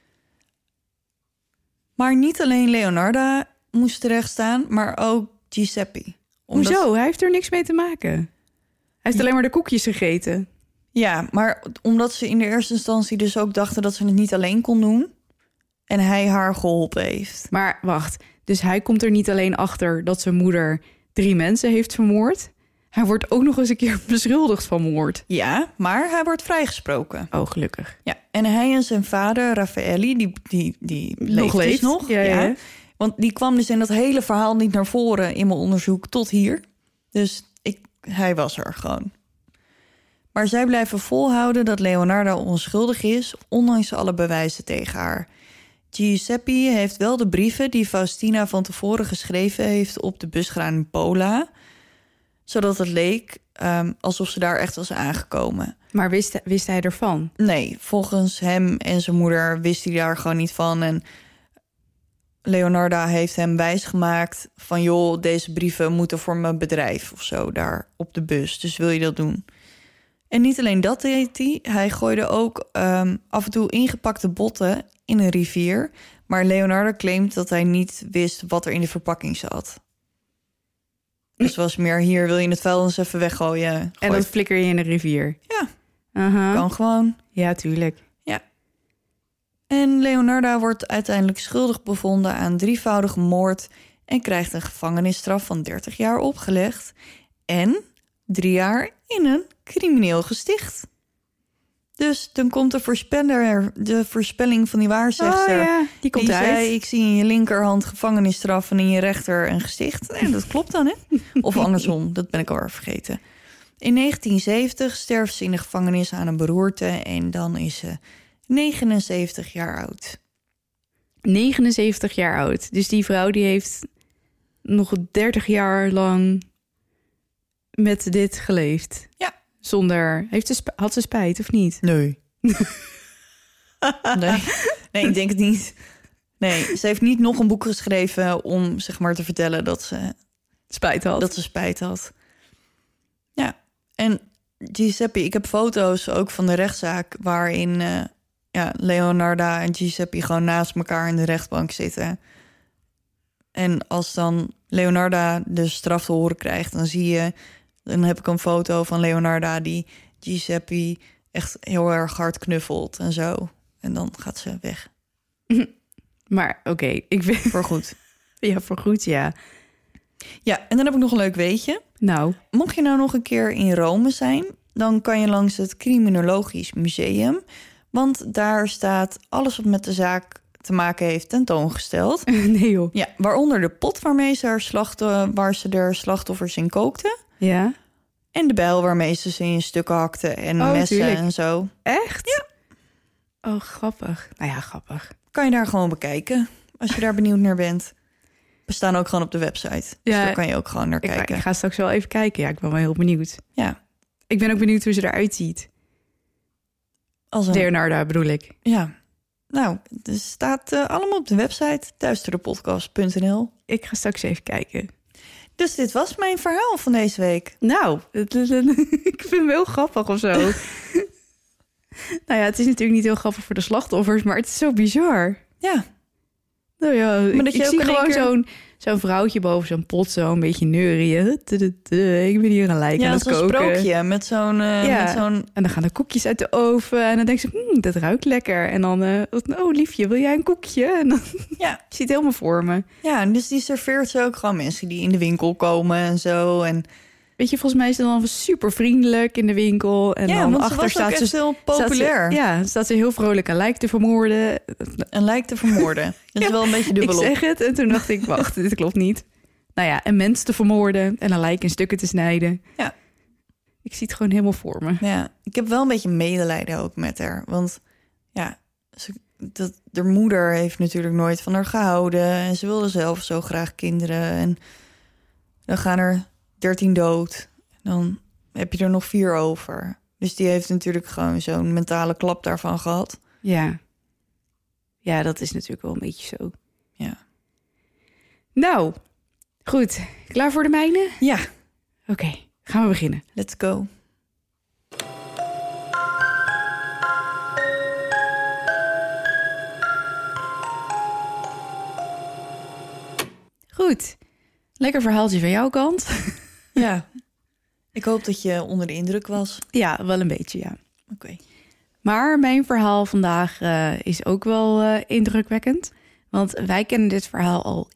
Maar niet alleen Leonarda moest terechtstaan, maar ook Giuseppe. Omdat- Hoezo? Hij heeft er niks mee te maken. Hij heeft alleen maar de koekjes gegeten. Ja, maar omdat ze in de eerste instantie dus ook dachten dat ze het niet alleen kon doen. En hij haar geholpen heeft. Maar wacht, dus hij komt er niet alleen achter dat zijn moeder drie mensen heeft vermoord. Hij wordt ook nog eens een keer beschuldigd van moord. Ja, maar hij wordt vrijgesproken. Oh, gelukkig. Ja, en hij en zijn vader, Raffaelli, die, die, die leeft dus leeft. nog. Ja, ja. Want die kwam dus in dat hele verhaal niet naar voren in mijn onderzoek tot hier. Dus ik, hij was er gewoon. Maar zij blijven volhouden dat Leonarda onschuldig is, ondanks alle bewijzen tegen haar. Giuseppe heeft wel de brieven die Faustina van tevoren geschreven heeft op de bus gedaan in Pola, zodat het leek um, alsof ze daar echt was aangekomen. Maar wist, wist hij ervan? Nee, volgens hem en zijn moeder wist hij daar gewoon niet van. En Leonarda heeft hem wijsgemaakt van, joh, deze brieven moeten voor mijn bedrijf of zo daar op de bus. Dus wil je dat doen? En niet alleen dat deed hij. Hij gooide ook um, af en toe ingepakte botten in een rivier. Maar Leonardo claimt dat hij niet wist wat er in de verpakking zat. Dus was meer, hier wil je het vuil eens even weggooien. Gooi. En dan flikker je in de rivier. Ja, Uh-huh. kan gewoon. Ja, tuurlijk. Ja. En Leonarda wordt uiteindelijk schuldig bevonden aan drievoudige moord en krijgt een gevangenisstraf van dertig jaar opgelegd en drie jaar in een crimineel gesticht. Dus dan komt de voorspeller, de voorspelling van die waarzegster. Oh ja, die komt die uit. zei, ik zie in je linkerhand gevangenisstraf en in je rechter een gesticht. En dat klopt dan, hè? Of andersom, dat ben ik alweer vergeten. In negentien zeventig sterft ze in de gevangenis aan een beroerte en dan is ze negenenzeventig jaar oud. negenenzeventig jaar oud. Dus die vrouw die heeft nog dertig jaar lang met dit geleefd. Ja. Zonder... Heeft ze sp- had ze spijt of niet? Nee. nee. Nee, ik denk het niet. Nee, ze heeft niet nog een boek geschreven om zeg maar te vertellen dat ze Spijt had. dat ze spijt had. Ja, en Giuseppe, ik heb foto's ook van de rechtszaak waarin uh, ja, Leonarda en Giuseppe gewoon naast elkaar in de rechtbank zitten. En als dan Leonarda de straf te horen krijgt, dan zie je, dan heb ik een foto van Leonarda die Giuseppe echt heel erg hard knuffelt en zo. En dan gaat ze weg. Maar oké, okay, ik vind... Voor goed. Ja, voor goed, ja. Ja, en dan heb ik nog een leuk weetje. Nou, Mocht je nou nog een keer in Rome zijn, dan kan je langs het Criminologisch Museum. Want daar staat alles wat met de zaak te maken heeft tentoongesteld. nee joh. Ja, waaronder de pot waarmee ze haar slacht, waar ze de slachtoffers in kookte. Ja? En de bijl waarmee ze ze in stukken hakte. En Oh, messen tuurlijk. en zo. Echt? Ja. Oh, grappig. Nou ja, grappig. Kan je daar gewoon bekijken. Als je daar benieuwd naar bent. We staan ook gewoon op de website. Dus Ja, daar kan je ook gewoon naar Ik, kijken. ik ga straks wel even kijken. Ja, ik ben wel heel benieuwd. Ja. Ik ben ook benieuwd hoe ze eruit ziet. Als een, Leonardo bedoel ik. ja. Nou, het staat uh, allemaal op de website. duisterepodcast punt n l. Ik ga straks even kijken. Dus dit was mijn verhaal van deze week. Nou, het- het- het- ik vind het heel grappig of zo. Nou ja, het is natuurlijk niet heel grappig voor de slachtoffers, maar het is zo bizar. Ja. Nou ja, ik, dat je ik ook zie in één gewoon keer- zo'n zo'n vrouwtje boven zo'n pot zo een beetje neurieën. Tududu, Ik ben hier een lijk Ja, aan dat het is een koken. sprookje met zo'n... uh, Ja. met zo'n En dan gaan de koekjes uit de oven en dan denkt ze, hmm, dat ruikt lekker. En dan, uh, oh liefje, wil jij een koekje? En dan ja. ik zie het helemaal voor me. ja, en dus die serveert ze ook gewoon mensen die in de winkel komen en zo. En Weet je, volgens mij is ze dan super vriendelijk in de winkel. En ja, dan want ze achter was ook staat echt ze... heel staat ze- populair. ja, staat ze heel vrolijk een lijk te vermoorden. En lijkt te vermoorden. Dat is Ja, wel een beetje Ik dubbelop. zeg het en toen dacht ik, wacht, dit klopt niet. Nou ja, een mens te vermoorden en een lijk in stukken te snijden. Ja. Ik zie het gewoon helemaal voor me. Ja, ik heb wel een beetje medelijden ook met haar. Want ja, ze, dat, haar moeder heeft natuurlijk nooit van haar gehouden. En ze wilde zelf zo graag kinderen. En dan gaan er dertien dood. Dan heb je er nog vier over. Dus die heeft natuurlijk gewoon zo'n mentale klap daarvan gehad. Ja. Ja, dat is natuurlijk wel een beetje zo. Ja. Nou, goed. Klaar voor de mijne? Ja, Oké, gaan we beginnen. let's go. Goed. Lekker verhaaltje van jouw kant. Ja, ik hoop dat je onder de indruk was. Ja, wel een beetje, ja. Oké. Maar mijn verhaal vandaag uh, is ook wel uh, indrukwekkend. Want wij kennen dit verhaal al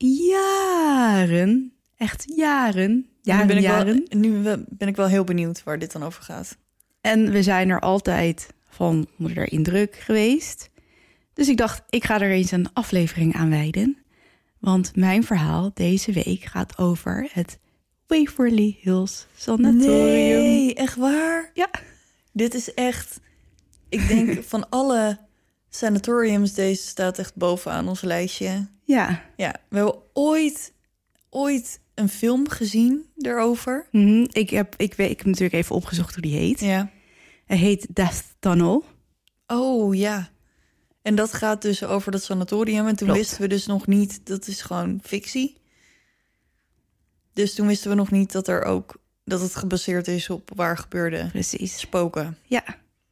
jaren. Echt jaren. Jaren, nu ben ik jaren. Wel, nu ben ik wel heel benieuwd waar dit dan over gaat. En we zijn er altijd van onder de indruk geweest. Dus ik dacht, ik ga er eens een aflevering aan wijden. Want mijn verhaal deze week gaat over het Waverly Hills Sanatorium. Nee, echt waar? Ja. Dit is echt... Ik denk van alle sanatoriums, deze staat echt bovenaan ons lijstje. Ja. Ja, we hebben ooit, ooit een film gezien daarover. Mm-hmm. Ik, heb, ik, weet, ik heb natuurlijk even opgezocht hoe die heet. Ja. Hij heet Death Tunnel. Oh, ja. En dat gaat dus over dat sanatorium. En toen Klopt. wisten we dus nog niet, dat is gewoon fictie. Dus toen wisten we nog niet dat er ook, dat het gebaseerd is op waar gebeurde Precies. spoken. Ja.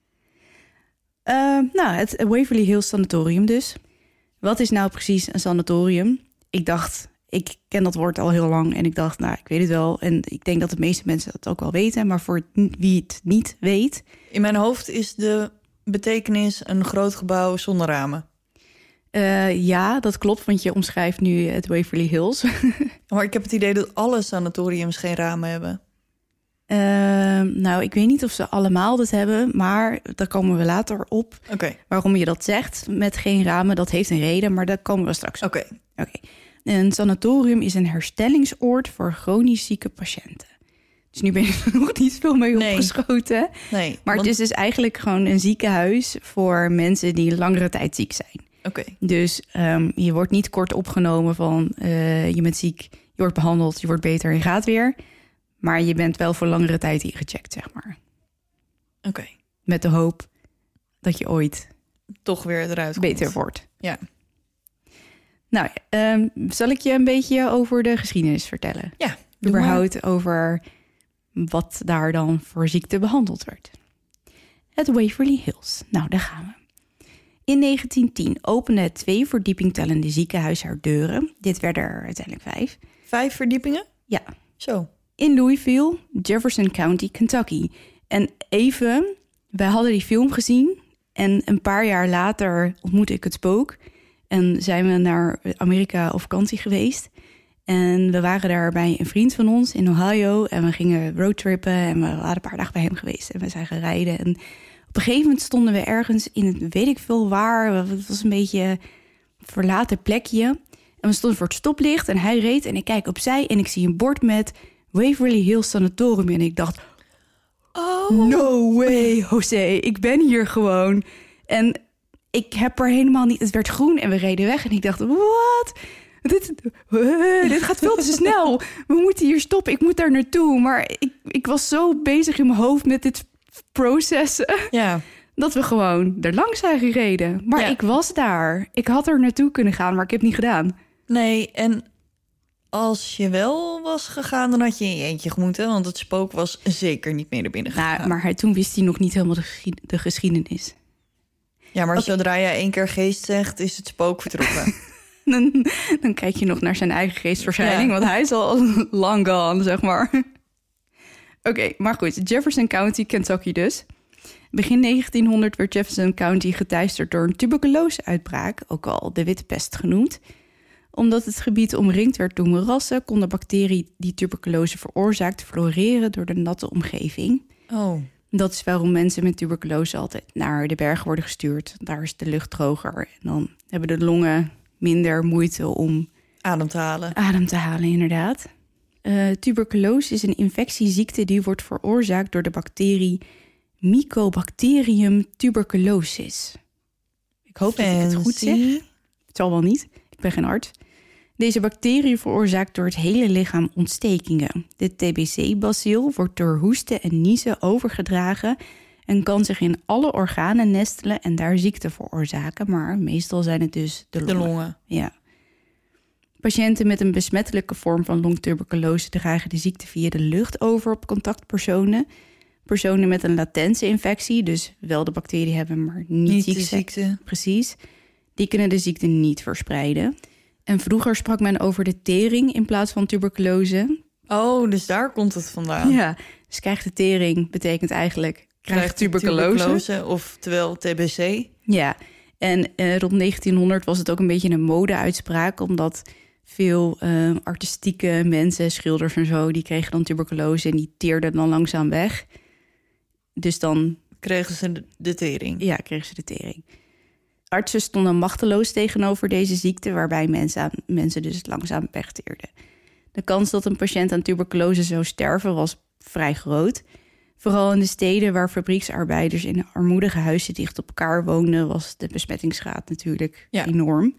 Uh, nou, het Waverly Hills Sanatorium dus. Wat is nou precies een sanatorium? Ik dacht, ik ken dat woord al heel lang en ik dacht, nou, ik weet het wel. En ik denk dat de meeste mensen dat ook wel weten. Maar voor wie het niet weet... In mijn hoofd is de betekenis een groot gebouw zonder ramen. Uh, ja, dat klopt, want je omschrijft nu het Waverly Hills. Maar ik heb het idee dat alle sanatoriums geen ramen hebben. Uh, nou, ik weet niet of ze allemaal dat hebben, maar daar komen we later op. Oké. Okay. Waarom je dat zegt met geen ramen, dat heeft een reden, maar daar komen we straks op. Oké. Okay. Okay. Een sanatorium is een herstellingsoord voor chronisch zieke patiënten. Dus nu ben je er nog niet veel mee nee. opgeschoten. Nee. Maar want... het is dus eigenlijk gewoon een ziekenhuis voor mensen die langere tijd ziek zijn. Oké. Okay. Dus um, je wordt niet kort opgenomen van uh, je bent ziek, je wordt behandeld, je wordt beter en je gaat weer. Maar je bent wel voor langere tijd ingecheckt, zeg maar. Oké. Okay. Met de hoop dat je ooit toch weer eruit beter komt. wordt. Ja. Nou, um, zal ik je een beetje over de geschiedenis vertellen? Ja. Überhaupt over wat daar dan voor ziekte behandeld werd. Het Waverly Hills. Nou, daar gaan we. In negentien tien opende het twee verdieping tellende ziekenhuis haar deuren. Dit werden er uiteindelijk vijf. Vijf verdiepingen? Ja. Zo. In Louisville, Jefferson County, Kentucky. En even, wij hadden die film gezien en een paar jaar later ontmoette ik het spook. En zijn we naar Amerika op vakantie geweest. En we waren daar bij een vriend van ons in Ohio. En we gingen roadtrippen en we waren een paar dagen bij hem geweest. En we zijn gaan rijden. En op een gegeven moment stonden we ergens in het weet ik veel waar. Het was een beetje een verlaten plekje. En we stonden voor het stoplicht en hij reed. En ik kijk opzij en ik zie een bord met Waverly Hills Sanatorium. En ik dacht, no way, José, ik ben hier gewoon. En ik heb er helemaal niet... Het werd groen en we reden weg en ik dacht, wat? Dit, uh, dit gaat veel te snel. We moeten hier stoppen, ik moet daar naartoe. Maar ik, ik was zo bezig in mijn hoofd met dit processen... Ja. dat we gewoon er langs zijn gereden. Maar Ja. ik was daar. Ik had er naartoe kunnen gaan, maar ik heb het niet gedaan. Nee, en als je wel was gegaan, dan had je in je eentje moeten. Want het spook was zeker niet meer naar binnen gegaan. Nou, maar hij, toen wist hij nog niet helemaal de, geschied- de geschiedenis. Ja, maar Oké. zodra jij één keer geest zegt, is het spook vertrokken. Dan, dan kijk je nog naar zijn eigen geestverschijning, Ja. want hij is al long gone, zeg maar. Oké, okay, maar goed. Jefferson County, Kentucky dus. Begin negentienhonderd werd Jefferson County geteisterd door een tuberculose-uitbraak, ook al de witte pest genoemd. Omdat het gebied omringd werd door moerassen, kon de bacterie die tuberculose veroorzaakt floreren door de natte omgeving. Oh. Dat is waarom mensen met tuberculose altijd naar de bergen worden gestuurd. Daar is de lucht droger en dan hebben de longen minder moeite om Adem te halen. adem te halen, inderdaad. Uh, tuberculose is een infectieziekte die wordt veroorzaakt door de bacterie Mycobacterium tuberculosis. Ik hoop dat ik het goed zeg. Het zal wel niet, ik ben geen arts. Deze bacterie veroorzaakt door het hele lichaam ontstekingen. De T B C-bacil wordt door hoesten en niezen overgedragen en kan zich in alle organen nestelen en daar ziekte veroorzaken. Maar meestal zijn het dus de longen. De longen. Ja. Patiënten met een besmettelijke vorm van longtuberculose dragen de ziekte via de lucht over op contactpersonen. Personen met een latente infectie, dus wel de bacterie hebben, maar niet, Niet ziek de zijn. ziekte. Precies. Die kunnen de ziekte niet verspreiden. En vroeger sprak men over de tering in plaats van tuberculose. Oh, dus daar komt het vandaan. Ja, dus krijg de tering betekent eigenlijk krijg tuberculose. tuberculose. Oftewel T B C. Ja, en uh, rond negentienhonderd was het ook een beetje een mode-uitspraak, omdat veel uh, artistieke mensen, schilders en zo, die kregen dan tuberculose en die teerden dan langzaam weg. Dus dan Kregen ze de, de tering. ja, kregen ze de tering. Artsen stonden machteloos tegenover deze ziekte, waarbij mensen, mensen dus langzaam wegteerden. De kans dat een patiënt aan tuberculose zou sterven was vrij groot. Vooral in de steden waar fabrieksarbeiders in armoedige huizen dicht op elkaar woonden, was de besmettingsgraad natuurlijk Ja. enorm.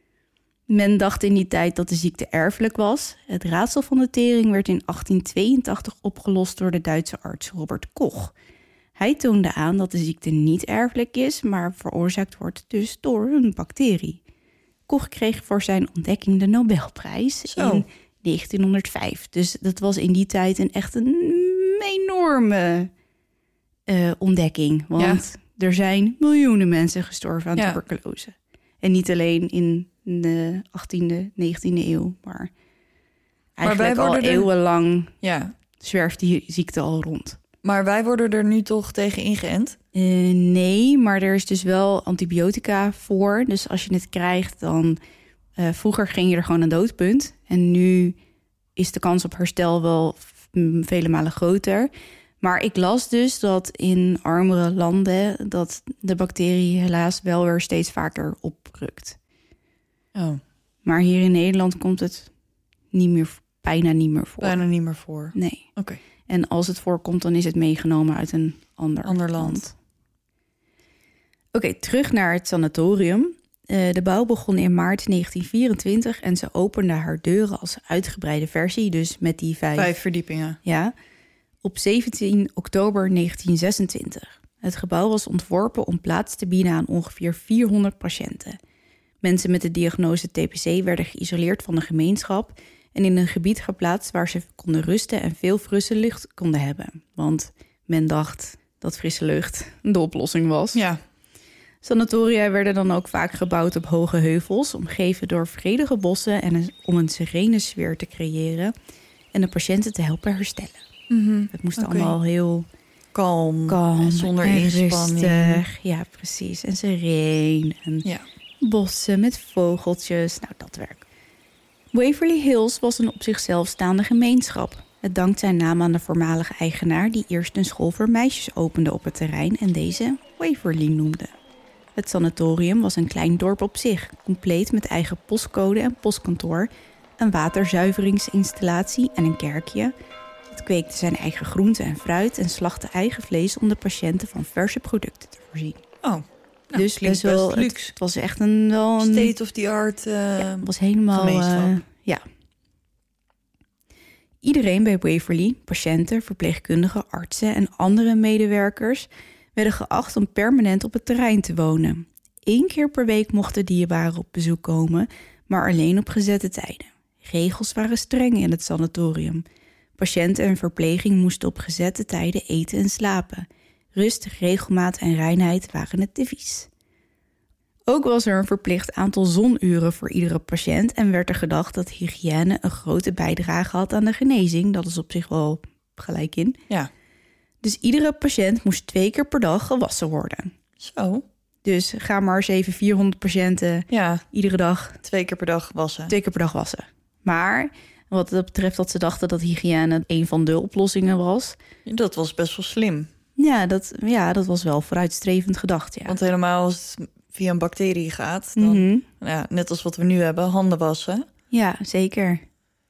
Men dacht in die tijd dat de ziekte erfelijk was. Het raadsel van de tering werd in achttien tweeëntachtig opgelost door de Duitse arts Robert Koch. Hij toonde aan dat de ziekte niet erfelijk is, maar veroorzaakt wordt dus door een bacterie. Koch kreeg voor zijn ontdekking de Nobelprijs Zo. in negentienhonderdvijf. Dus dat was in die tijd een echt een enorme uh, ontdekking. Want er zijn miljoenen mensen gestorven aan Ja. tuberculose. En niet alleen in de achttiende, negentiende eeuw, maar eigenlijk wij al worden er- eeuwenlang Ja. zwerft die ziekte al rond. Maar wij worden er nu toch tegen ingeënt? Uh, nee, maar er is dus wel antibiotica voor. Dus als je het krijgt, dan... Uh, vroeger ging je er gewoon aan dood, punt. En nu is de kans op herstel wel f- m, vele malen groter. Maar ik las dus dat in armere landen dat de bacterie helaas wel weer steeds vaker oprukt. Oh, Maar hier in Nederland komt het niet meer, bijna niet meer voor. bijna niet meer voor. Nee. Oké. En als het voorkomt, dan is het meegenomen uit een ander, Ander land. land. Oké, okay, terug naar het sanatorium. Uh, de bouw begon in maart negentien vierentwintig en ze opende haar deuren als uitgebreide versie, dus met die vijf. Vijf verdiepingen. Ja, op zeventien oktober negentien zesentwintig. Het gebouw was ontworpen om plaats te bieden aan ongeveer vierhonderd patiënten. Mensen met de diagnose T B C werden geïsoleerd van de gemeenschap en in een gebied geplaatst waar ze konden rusten en veel frisse lucht konden hebben. Want men dacht dat frisse lucht de oplossing was. Ja. Sanatoria werden dan ook vaak gebouwd op hoge heuvels, omgeven door vredige bossen en een, om een serene sfeer te creëren en de patiënten te helpen herstellen. Mm-hmm. Het moest Oké. allemaal heel Kalm. kalm en zonder en inspanning. rustig. Ja, precies. En sereen en Ja. bossen met vogeltjes. Nou, dat werk. Waverly Hills was een op zichzelf staande gemeenschap. Het dankt zijn naam aan de voormalige eigenaar die eerst een school voor meisjes opende op het terrein en deze Waverly noemde. Het sanatorium was een klein dorp op zich, compleet met eigen postcode en postkantoor, een waterzuiveringsinstallatie en een kerkje. Het kweekte zijn eigen groenten en fruit en slachtte eigen vlees om de patiënten van verse producten te voorzien. Oh, nou, dus best wel best luxe. Het, het was echt een wel een State of the art. Uh, ja, was helemaal. Uh, ja. Iedereen bij Waverly, patiënten, verpleegkundigen, artsen en andere medewerkers, werden geacht om permanent op het terrein te wonen. Eén keer per week mochten dierbaren op bezoek komen, maar alleen op gezette tijden. Regels waren streng in het sanatorium. Patiënten en verpleging moesten op gezette tijden eten en slapen. Rust, regelmaat en reinheid waren het devies. Ook was er een verplicht aantal zonuren voor iedere patiënt en werd er gedacht dat hygiëne een grote bijdrage had aan de genezing. Dat is op zich wel gelijk in. Ja. Dus iedere patiënt moest twee keer per dag gewassen worden. Zo. Dus ga maar eens even vierhonderd patiënten ja. iedere dag. Twee keer per dag wassen. Twee keer per dag wassen. Maar wat dat betreft dat ze dachten dat hygiëne een van de oplossingen was. Dat was best wel slim. Ja, dat, ja, dat was wel vooruitstrevend gedacht, ja. Want helemaal als het via een bacterie gaat, dan, mm-hmm. ja, net als wat we nu hebben, handen wassen. Ja, zeker.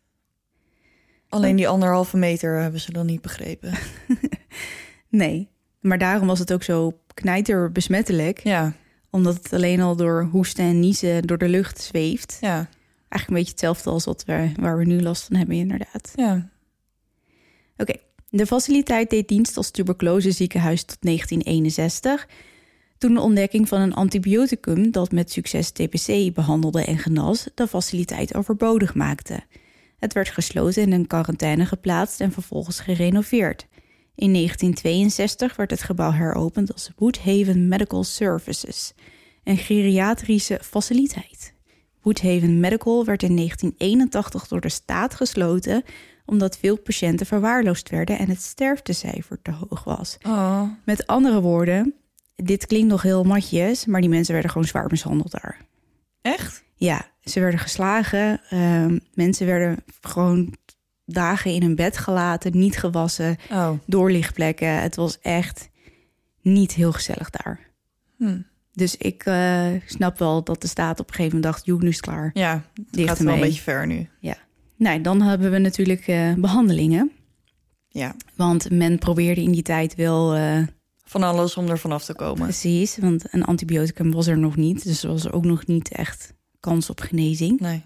Alleen die anderhalve meter hebben ze dan niet begrepen. Nee, maar daarom was het ook zo knijter besmettelijk. Ja. Omdat het alleen al door hoesten en niezen door de lucht zweeft. Ja. Eigenlijk een beetje hetzelfde als wat we, waar we nu last van hebben, inderdaad. Ja. Oké, okay. De faciliteit deed dienst als tuberculoseziekenhuis tot negentien eenenzestig... toen de ontdekking van een antibioticum dat met succes T B C behandelde en genas de faciliteit overbodig maakte. Het werd gesloten en in quarantaine geplaatst en vervolgens gerenoveerd. In negentien tweeënzestig werd het gebouw heropend als Woodhaven Medical Services, een geriatrische faciliteit. Woodhaven Medical werd in negentien eenentachtig door de staat gesloten omdat veel patiënten verwaarloosd werden en het sterftecijfer te hoog was. Oh. Met andere woorden, dit klinkt nog heel matjes, maar die mensen werden gewoon zwaar mishandeld daar. Echt? Ja, ze werden geslagen. Uh, mensen werden gewoon dagen in hun bed gelaten, niet gewassen, oh. doorlichtplekken. Het was echt niet heel gezellig daar. Hm. Dus ik uh, snap wel dat de staat op een gegeven moment dacht, joh, nu is het klaar. Ja, het gaat wel een beetje ver nu. Ja. Nou, dan hebben we natuurlijk uh, behandelingen. Ja. Want men probeerde in die tijd wel Uh, van alles om er vanaf te komen. Precies, want een antibioticum was er nog niet. Dus er was ook nog niet echt kans op genezing. Nee.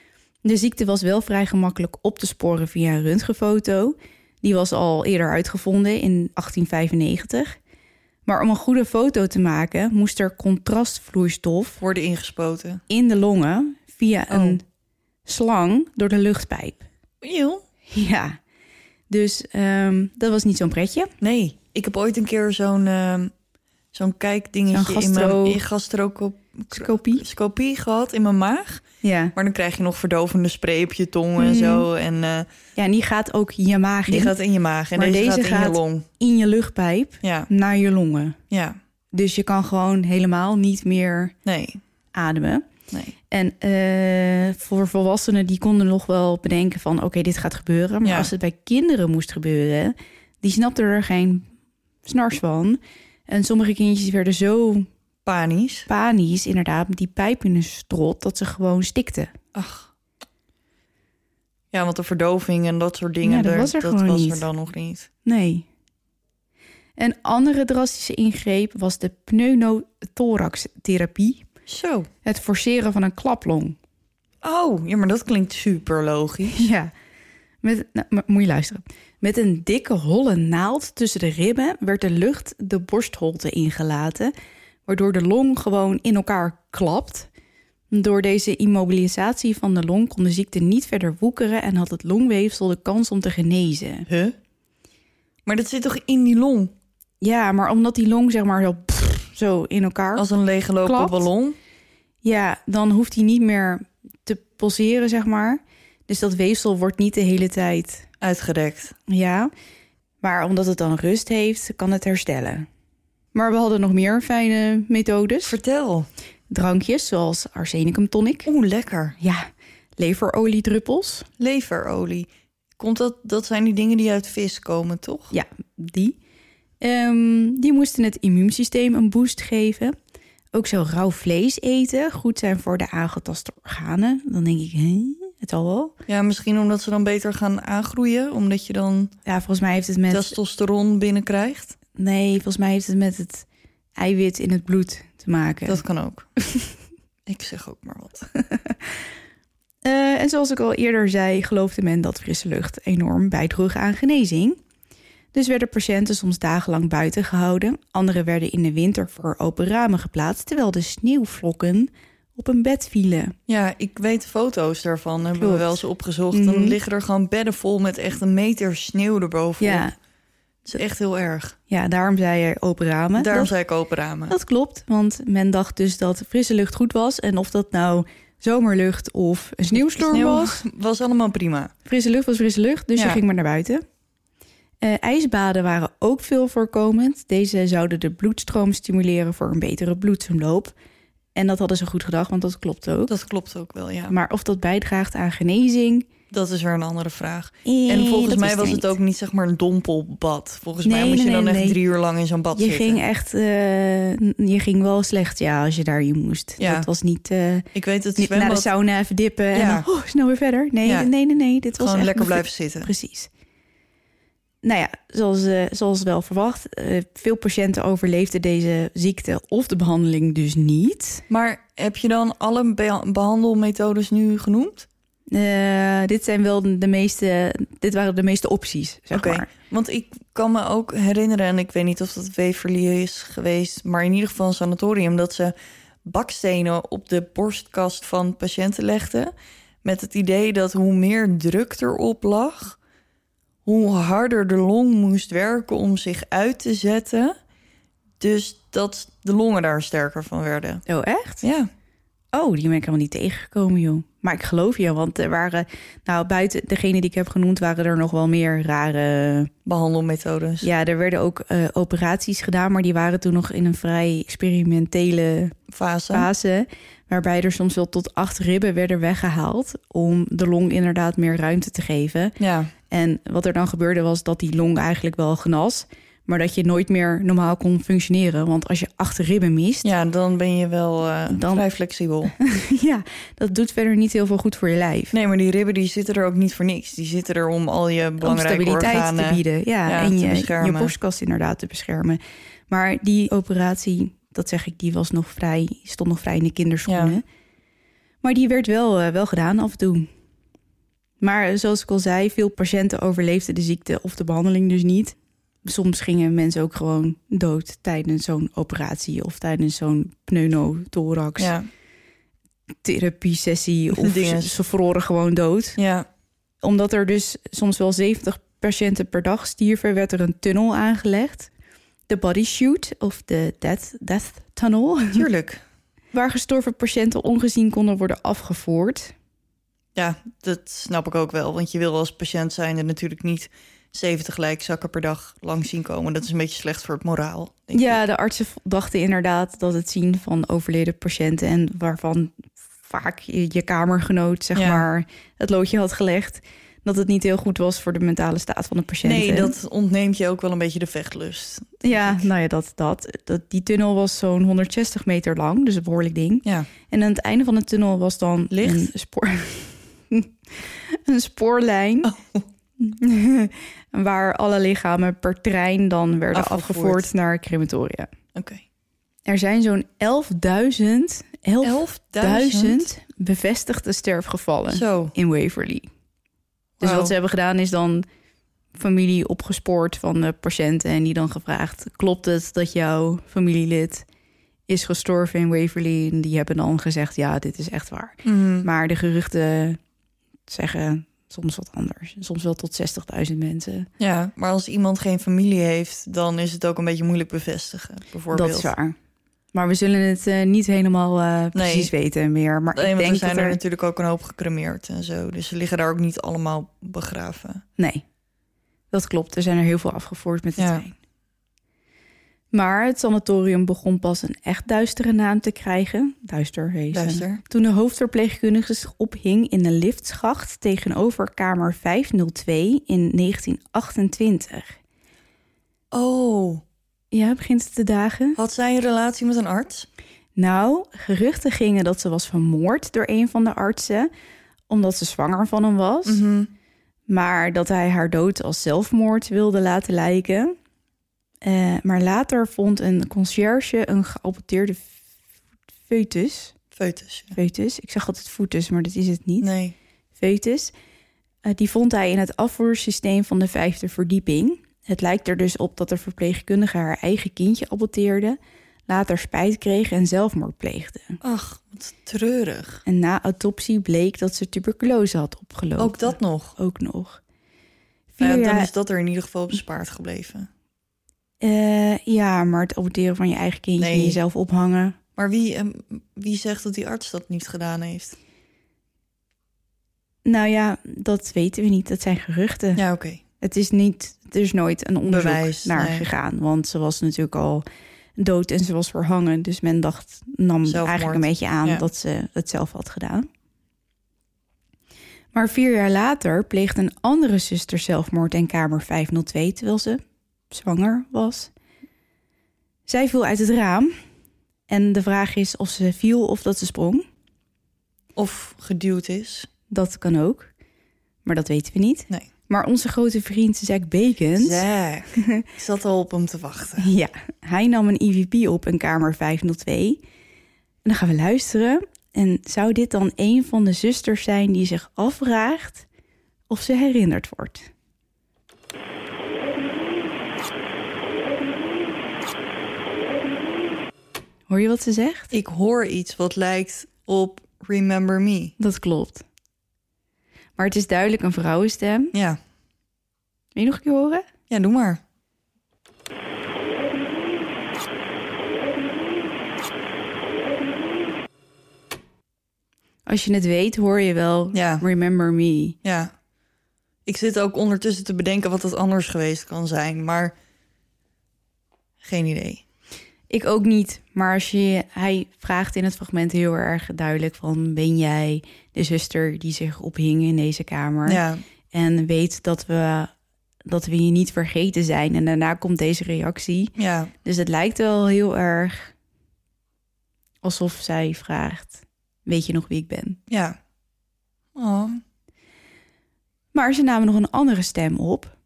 De ziekte was wel vrij gemakkelijk op te sporen via een röntgenfoto. Die was al eerder uitgevonden in achttien vijfennegentig. Maar om een goede foto te maken moest er contrastvloeistof worden ingespoten in de longen via oh. een slang door de luchtpijp. Eeuw. Ja, dus um, dat was niet zo'n pretje. Nee, ik heb ooit een keer zo'n, uh, zo'n kijkdingetje zo'n gastro... in mijn gastroscopie Scopie gehad in mijn maag. Ja. Maar dan krijg je nog verdovende spray op je tong en mm. zo. En, uh, ja, en die gaat ook in je maag in. Die gaat in je maag en maar deze, deze gaat in gaat je long. In je luchtpijp ja. naar je longen. Ja. Dus je kan gewoon helemaal niet meer nee. ademen. Nee. En uh, voor volwassenen die konden nog wel bedenken van oké, okay, dit gaat gebeuren. Maar ja. als het bij kinderen moest gebeuren, die snapten er geen snars van. En sommige kindjes werden zo panisch, panisch inderdaad, met die pijp in hun strot, dat ze gewoon stikten. Ach. Ja, want de verdoving en dat soort dingen, ja, dat was er, dat gewoon was niet. er dan nog niet. Nee. Een andere drastische ingreep was de pneumothorax-therapie. Zo. Het forceren van een klaplong. Oh, ja, maar dat klinkt super logisch. Ja. Met, nou, maar, moet je luisteren. Met een dikke holle naald tussen de ribben werd de lucht de borstholte ingelaten, waardoor de long gewoon in elkaar klapt. Door deze immobilisatie van de long kon de ziekte niet verder woekeren en had het longweefsel de kans om te genezen. Huh? Maar dat zit toch in die long? Ja, maar omdat die long zeg maar zo, pff, zo in elkaar als een leeggelopen klapt, ballon? Ja, dan hoeft hij niet meer te poseren, zeg maar. Dus dat weefsel wordt niet de hele tijd uitgerekt. Ja, maar omdat het dan rust heeft, kan het herstellen. Maar we hadden nog meer fijne methodes. Vertel. Drankjes zoals arsenicum tonic. Oeh, lekker. Ja, leveroliedruppels. Leverolie. Komt dat, dat zijn die dingen die uit vis komen, toch? Ja, die. Um, die moesten het immuunsysteem een boost geven. Ook zou rauw vlees eten goed zijn voor de aangetaste organen. Dan denk ik, hè? Het zal wel. Ja, misschien omdat ze dan beter gaan aangroeien. Omdat je dan Ja, volgens mij heeft het met... testosteron binnenkrijgt. Nee, volgens mij heeft het met het eiwit in het bloed te maken. Dat kan ook. Ik zeg ook maar wat. Uh, en zoals ik al eerder zei, geloofde men dat frisse lucht enorm bijdroeg aan genezing. Dus werden patiënten soms dagenlang buiten gehouden. Anderen werden in de winter voor open ramen geplaatst, terwijl de sneeuwvlokken op een bed vielen. Ja, ik weet foto's daarvan, hebben Klopt. we wel eens opgezocht. Mm-hmm. Dan liggen er gewoon bedden vol met echt een meter sneeuw erbovenop. Ja, Het is echt heel erg. ja, daarom zei je open ramen. Daarom dat, zei ik open ramen. dat klopt, want men dacht dus dat frisse lucht goed was. En of dat nou zomerlucht of een sneeuwstorm Sneeuw was. was allemaal prima. Frisse lucht was frisse lucht, dus Ja. je ging maar naar buiten. Uh, ijsbaden waren ook veel voorkomend. Deze zouden de bloedstroom stimuleren voor een betere bloedsomloop. En dat hadden ze goed gedacht, want dat klopt ook. Dat klopt ook wel, ja. Maar of dat bijdraagt aan genezing... Dat is weer een andere vraag. eh, En volgens dat mij wist was ik het niet. ook niet zeg maar een dompelbad. Volgens Nee, mij moest nee, je dan nee, echt nee. drie uur lang in zo'n bad Je zitten. ging echt... Uh, je ging wel slecht, ja, als je daarin moest. Ja. Dat was niet... Uh, Ik weet het niet naar de zwembad sauna even dippen en Ja. dan oh, snel weer verder. Nee, Ja. nee, nee, nee. Dit was gewoon echt lekker bev- blijven zitten. Precies. Nou ja, zoals, uh, zoals wel verwacht, uh, veel patiënten overleefden deze ziekte of de behandeling dus niet. Maar heb je dan alle be- behandelmethodes nu genoemd? Uh, dit zijn wel de, de meeste, dit waren de meeste opties, zeg Oké, maar. want ik kan me ook herinneren, en ik weet niet of dat Waverly is geweest, maar in ieder geval een sanatorium, dat ze bakstenen op de borstkast van patiënten legden, met het idee dat hoe meer druk erop lag, hoe harder de long moest werken om zich uit te zetten. Dus dat de longen daar sterker van werden. Oh, echt? Ja. Oh, die ben ik helemaal niet tegengekomen, joh. Maar ik geloof je, want er waren... Nou, buiten degene die ik heb genoemd waren er nog wel meer rare... Behandelmethodes. Ja, er werden ook uh, operaties gedaan, maar die waren toen nog in een vrij experimentele Fase. fase. Waarbij er soms wel tot acht ribben werden weggehaald om de long inderdaad meer ruimte te geven. Ja. En wat er dan gebeurde was dat die long eigenlijk wel genas, maar dat je nooit meer normaal kon functioneren. Want als je acht ribben mist... Ja, dan ben je wel uh, Dan- vrij flexibel. ja, dat doet verder niet heel veel goed voor je lijf. Nee, maar die ribben die zitten er ook niet voor niks. Die zitten er om al je Om belangrijke stabiliteit organen te bieden. Ja, ja, en te je, beschermen. je borstkast inderdaad te beschermen. Maar die operatie, dat zeg ik, die was nog vrij, stond nog vrij in de kinderschoenen. Ja. Maar die werd wel, uh, wel gedaan af en toe. Maar zoals ik al zei, veel patiënten overleefden de ziekte of de behandeling dus niet. Soms gingen mensen ook gewoon dood tijdens zo'n operatie of tijdens zo'n pneumothorax Ja, therapie-sessie. Of Dinges. ze, ze vroren gewoon dood. ja. Omdat er dus soms wel zeventig patiënten per dag stierven, werd er een tunnel aangelegd. De body chute of de death, death tunnel. Tuurlijk. Waar gestorven patiënten ongezien konden worden afgevoerd. Ja, dat snap ik ook wel. Want je wil als patiënt zijn er natuurlijk niet zeventig lijkzakken per dag langs zien komen. Dat is een beetje slecht voor het moraal, denk Ja, ik. de artsen dachten inderdaad dat het zien van overleden patiënten en waarvan vaak je, je kamergenoot, zeg Ja. maar, het loodje had gelegd, dat het niet heel goed was voor de mentale staat van de patiënten. Nee, dat ontneemt je ook wel een beetje de vechtlust. Ja, nou ja, dat, dat, dat. Die tunnel was zo'n honderdzestig meter lang, dus een behoorlijk ding. Ja, En aan het einde van de tunnel was dan Licht? een spoor... een spoorlijn. Oh. Waar alle lichamen per trein dan werden Afgevoerd. afgevoerd naar crematoria. oké. Er zijn zo'n elfduizend elfduizend bevestigde sterfgevallen Zo. in Waverly. Dus Wauw. wat ze hebben gedaan is dan familie opgespoord van de patiënten en die dan gevraagd: klopt het dat jouw familielid is gestorven in Waverly? En die hebben dan gezegd: ja, dit is echt waar. Mhm. Maar de geruchten zeggen soms wat anders. Soms wel tot zestigduizend mensen. Ja, maar als iemand geen familie heeft, dan is het ook een beetje moeilijk bevestigen, bijvoorbeeld. Dat is waar. Maar we zullen het uh, niet helemaal uh, precies weten meer. Maar Nee, ik want denk er zijn dat er er... natuurlijk ook een hoop gecremeerd en zo. Dus ze liggen daar ook niet allemaal begraven. Nee, dat klopt. Er zijn er heel veel afgevoerd met de Ja. trein. Maar het sanatorium begon pas een echt duistere naam te krijgen. Duister heet ze. Luister. Toen de hoofdverpleegkundige zich ophing in een liftschacht tegenover kamer vijfhonderdtwee in negentien achtentwintig. Oh, Ja, begint het te dagen? had zij een relatie met een arts? Nou, geruchten gingen dat ze was vermoord door een van de artsen. omdat ze zwanger van hem was. Mm-hmm. Maar dat hij haar dood als zelfmoord wilde laten lijken. Uh, maar later vond een conciërge een geaborteerde foetus. Foetus. Ja. Foetus. Ik zeg altijd foetus, maar dat is het niet. Nee. Foetus. Uh, die vond hij in het afvoersysteem van de vijfde verdieping. Het lijkt er dus op dat de verpleegkundige haar eigen kindje aborteerde, later spijt kreeg en zelfmoord pleegde. Ach, wat treurig. En na autopsie bleek dat ze tuberculose had opgelopen. Ook dat nog? Ook nog. Ja, dan jaar... is dat er in ieder geval bespaard gebleven. Uh, ja, maar het aborteren van je eigen kindje en nee. jezelf ophangen. Maar wie, um, wie zegt dat die arts dat niet gedaan heeft? Nou ja, dat weten we niet. Dat zijn geruchten. Ja, oké. Okay. Het is niet, er is nooit een onderzoek Bewijs, naar nee. gegaan. Want ze was natuurlijk al dood en ze was verhangen. Dus men dacht, nam Zelfmoord. eigenlijk een beetje aan ja. dat ze het zelf had gedaan. Maar vier jaar later pleegde een andere zuster zelfmoord in kamer vijfhonderdtwee... terwijl ze zwanger was. Zij viel uit het raam. En de vraag is of ze viel of dat ze sprong. Of geduwd is. Dat kan ook. Maar dat weten we niet. Nee. Maar onze grote vriend Zack Bacon... Zack, ik zat al op hem te wachten. Ja, hij nam een I V P op in kamer vijfhonderdtwee. En dan gaan we luisteren. En zou dit dan een van de zusters zijn die zich afvraagt of ze herinnerd wordt? Hoor je wat ze zegt? Ik hoor iets wat lijkt op Remember Me. Dat klopt. Maar het is duidelijk een vrouwenstem. Ja. Wil je nog een keer horen? Ja, doe maar. Als je het weet, hoor je wel ja. Remember Me. Ja. Ik zit ook ondertussen te bedenken wat het anders geweest kan zijn, maar geen idee. Ik ook niet, maar als je, hij vraagt in het fragment heel erg duidelijk van... ben jij de zuster die zich ophing in deze kamer? Ja. En weet dat we, dat we je niet vergeten zijn. En daarna komt deze reactie. Ja. Dus het lijkt wel heel erg alsof zij vraagt... weet je nog wie ik ben? Ja. Oh. Maar ze namen nog een andere stem op.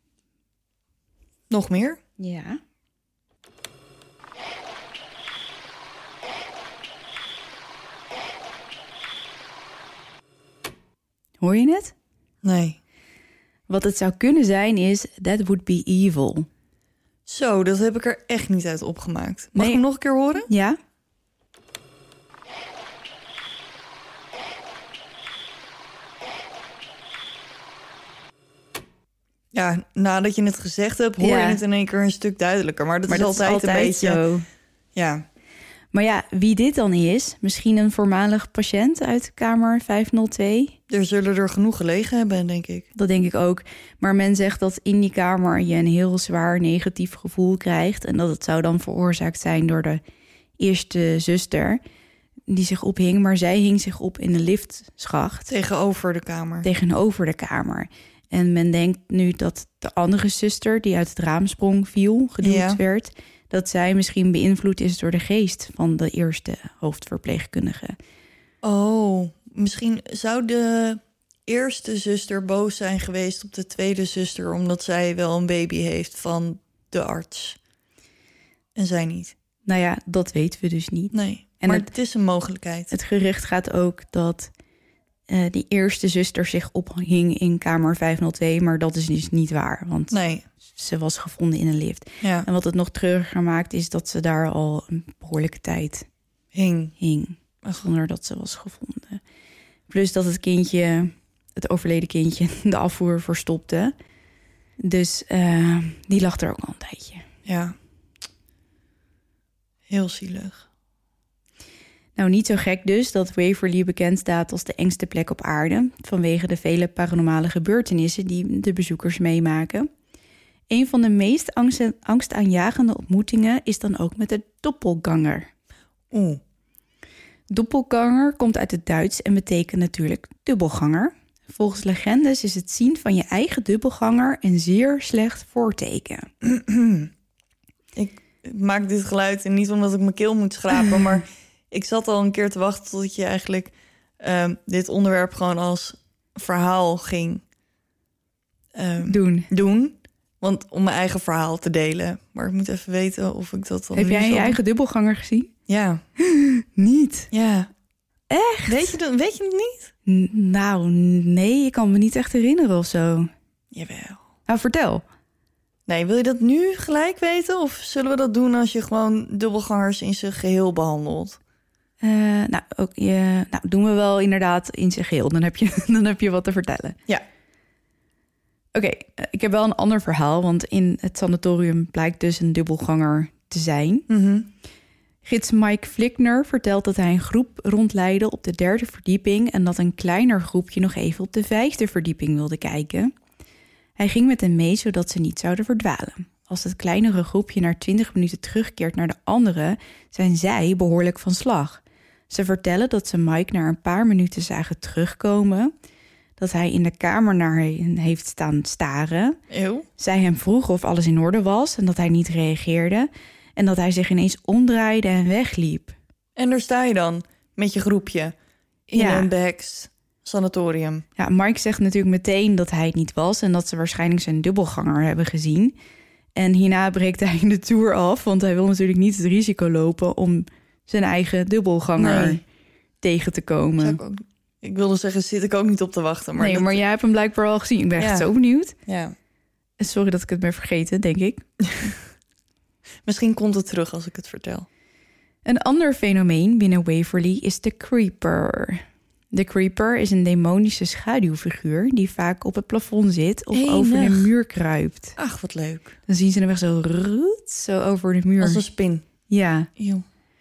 Nog meer? Ja. Hoor je het? Nee. Wat het zou kunnen zijn is... that would be evil. Zo, dat heb ik er echt niet uit opgemaakt. Mag nee. ik hem nog een keer horen? Ja. Ja, nadat je het gezegd hebt, hoor ja. je het in één keer een stuk duidelijker. Maar dat, maar is, dat altijd is altijd een beetje zo. Ja. Maar ja, wie dit dan is, misschien een voormalig patiënt uit kamer vijfhonderdtwee. Er zullen er genoeg gelegen hebben, denk ik. Dat denk ik ook. Maar men zegt dat in die kamer je een heel zwaar negatief gevoel krijgt. En dat het zou dan veroorzaakt zijn door de eerste zuster die zich ophing. Maar zij hing zich op in de liftschacht. Tegenover de kamer. Tegenover de kamer. En men denkt nu dat de andere zuster die uit het raam sprong viel, geduwd ja. werd... dat zij misschien beïnvloed is door de geest van de eerste hoofdverpleegkundige. Oh, misschien zou de eerste zuster boos zijn geweest op de tweede zuster... omdat zij wel een baby heeft van de arts. En zij niet. Nou ja, dat weten we dus niet. Nee, en maar het, het is een mogelijkheid. Het gerucht gaat ook dat uh, die eerste zuster zich ophing in kamer vijfhonderdtwee... maar dat is dus niet waar, want... Nee. Ze was gevonden in een lift. Ja. En wat het nog treuriger maakt... is dat ze daar al een behoorlijke tijd hing. hing zonder dat ze was gevonden. Plus dat het kindje, het overleden kindje... de afvoer verstopte. Dus uh, die lag er ook al een tijdje. Ja. Heel zielig. Nou, niet zo gek dus dat Waverly bekend staat als de engste plek op aarde... vanwege de vele paranormale gebeurtenissen die de bezoekers meemaken... Een van de meest angst- angstaanjagende ontmoetingen is dan ook met de doppelganger. Oeh. Doppelganger komt uit het Duits en betekent natuurlijk dubbelganger. Volgens legendes is het zien van je eigen dubbelganger een zeer slecht voorteken. Ik maak dit geluid en niet omdat ik mijn keel moet schrapen, maar ik zat al een keer te wachten tot je eigenlijk um, dit onderwerp gewoon als verhaal ging um, Doen. doen. Want om mijn eigen verhaal te delen. Maar ik moet even weten of ik dat dan... Heb jij je zal... eigen dubbelganger gezien? Ja. Niet. Ja. Echt? Weet je, dat, weet je het niet? N- nou, nee, ik kan me niet echt herinneren of zo. Jawel. Nou, vertel. Nee, wil je dat nu gelijk weten? Of zullen we dat doen als je gewoon dubbelgangers in zijn geheel behandelt? Uh, nou, ook, je, nou, doen we wel inderdaad in zijn geheel. Dan heb je, dan heb je wat te vertellen. Ja. Oké, okay, uh, ik heb wel een ander verhaal. Want in het sanatorium blijkt dus een dubbelganger te zijn. Mm-hmm. Gids Mike Flickner vertelt dat hij een groep rondleidde op de derde verdieping... en dat een kleiner groepje nog even op de vijfde verdieping wilde kijken. Hij ging met hen mee zodat ze niet zouden verdwalen. Als het kleinere groepje na twintig minuten terugkeert naar de andere... zijn zij behoorlijk van slag. Ze vertellen dat ze Mike na een paar minuten zagen terugkomen... dat hij in de kamer naar hen heeft staan staren. Eeuw. Zij hem vroegen of alles in orde was en dat hij niet reageerde... en dat hij zich ineens omdraaide en wegliep. En daar sta je dan, met je groepje, in Ja. een Becks sanatorium. Ja, Mike zegt natuurlijk meteen dat hij het niet was... en dat ze waarschijnlijk zijn dubbelganger hebben gezien. En hierna breekt hij de tour af... want hij wil natuurlijk niet het risico lopen... om zijn eigen dubbelganger Nee. tegen te komen. Zou ik, ook, ik wilde zeggen, zit ik ook niet op te wachten. Maar nee, dat- maar jij hebt hem blijkbaar al gezien. Ik ben Ja. echt zo benieuwd. Ja. Sorry dat ik het ben vergeten, denk ik. Misschien komt het terug als ik het vertel. Een ander fenomeen binnen Waverly is de creeper. De creeper is een demonische schaduwfiguur... die vaak op het plafond zit of Enig. over de muur kruipt. Ach, wat leuk. Dan zien ze hem echt zo, roet, zo over de muur. Als een spin. Ja. Eeuw.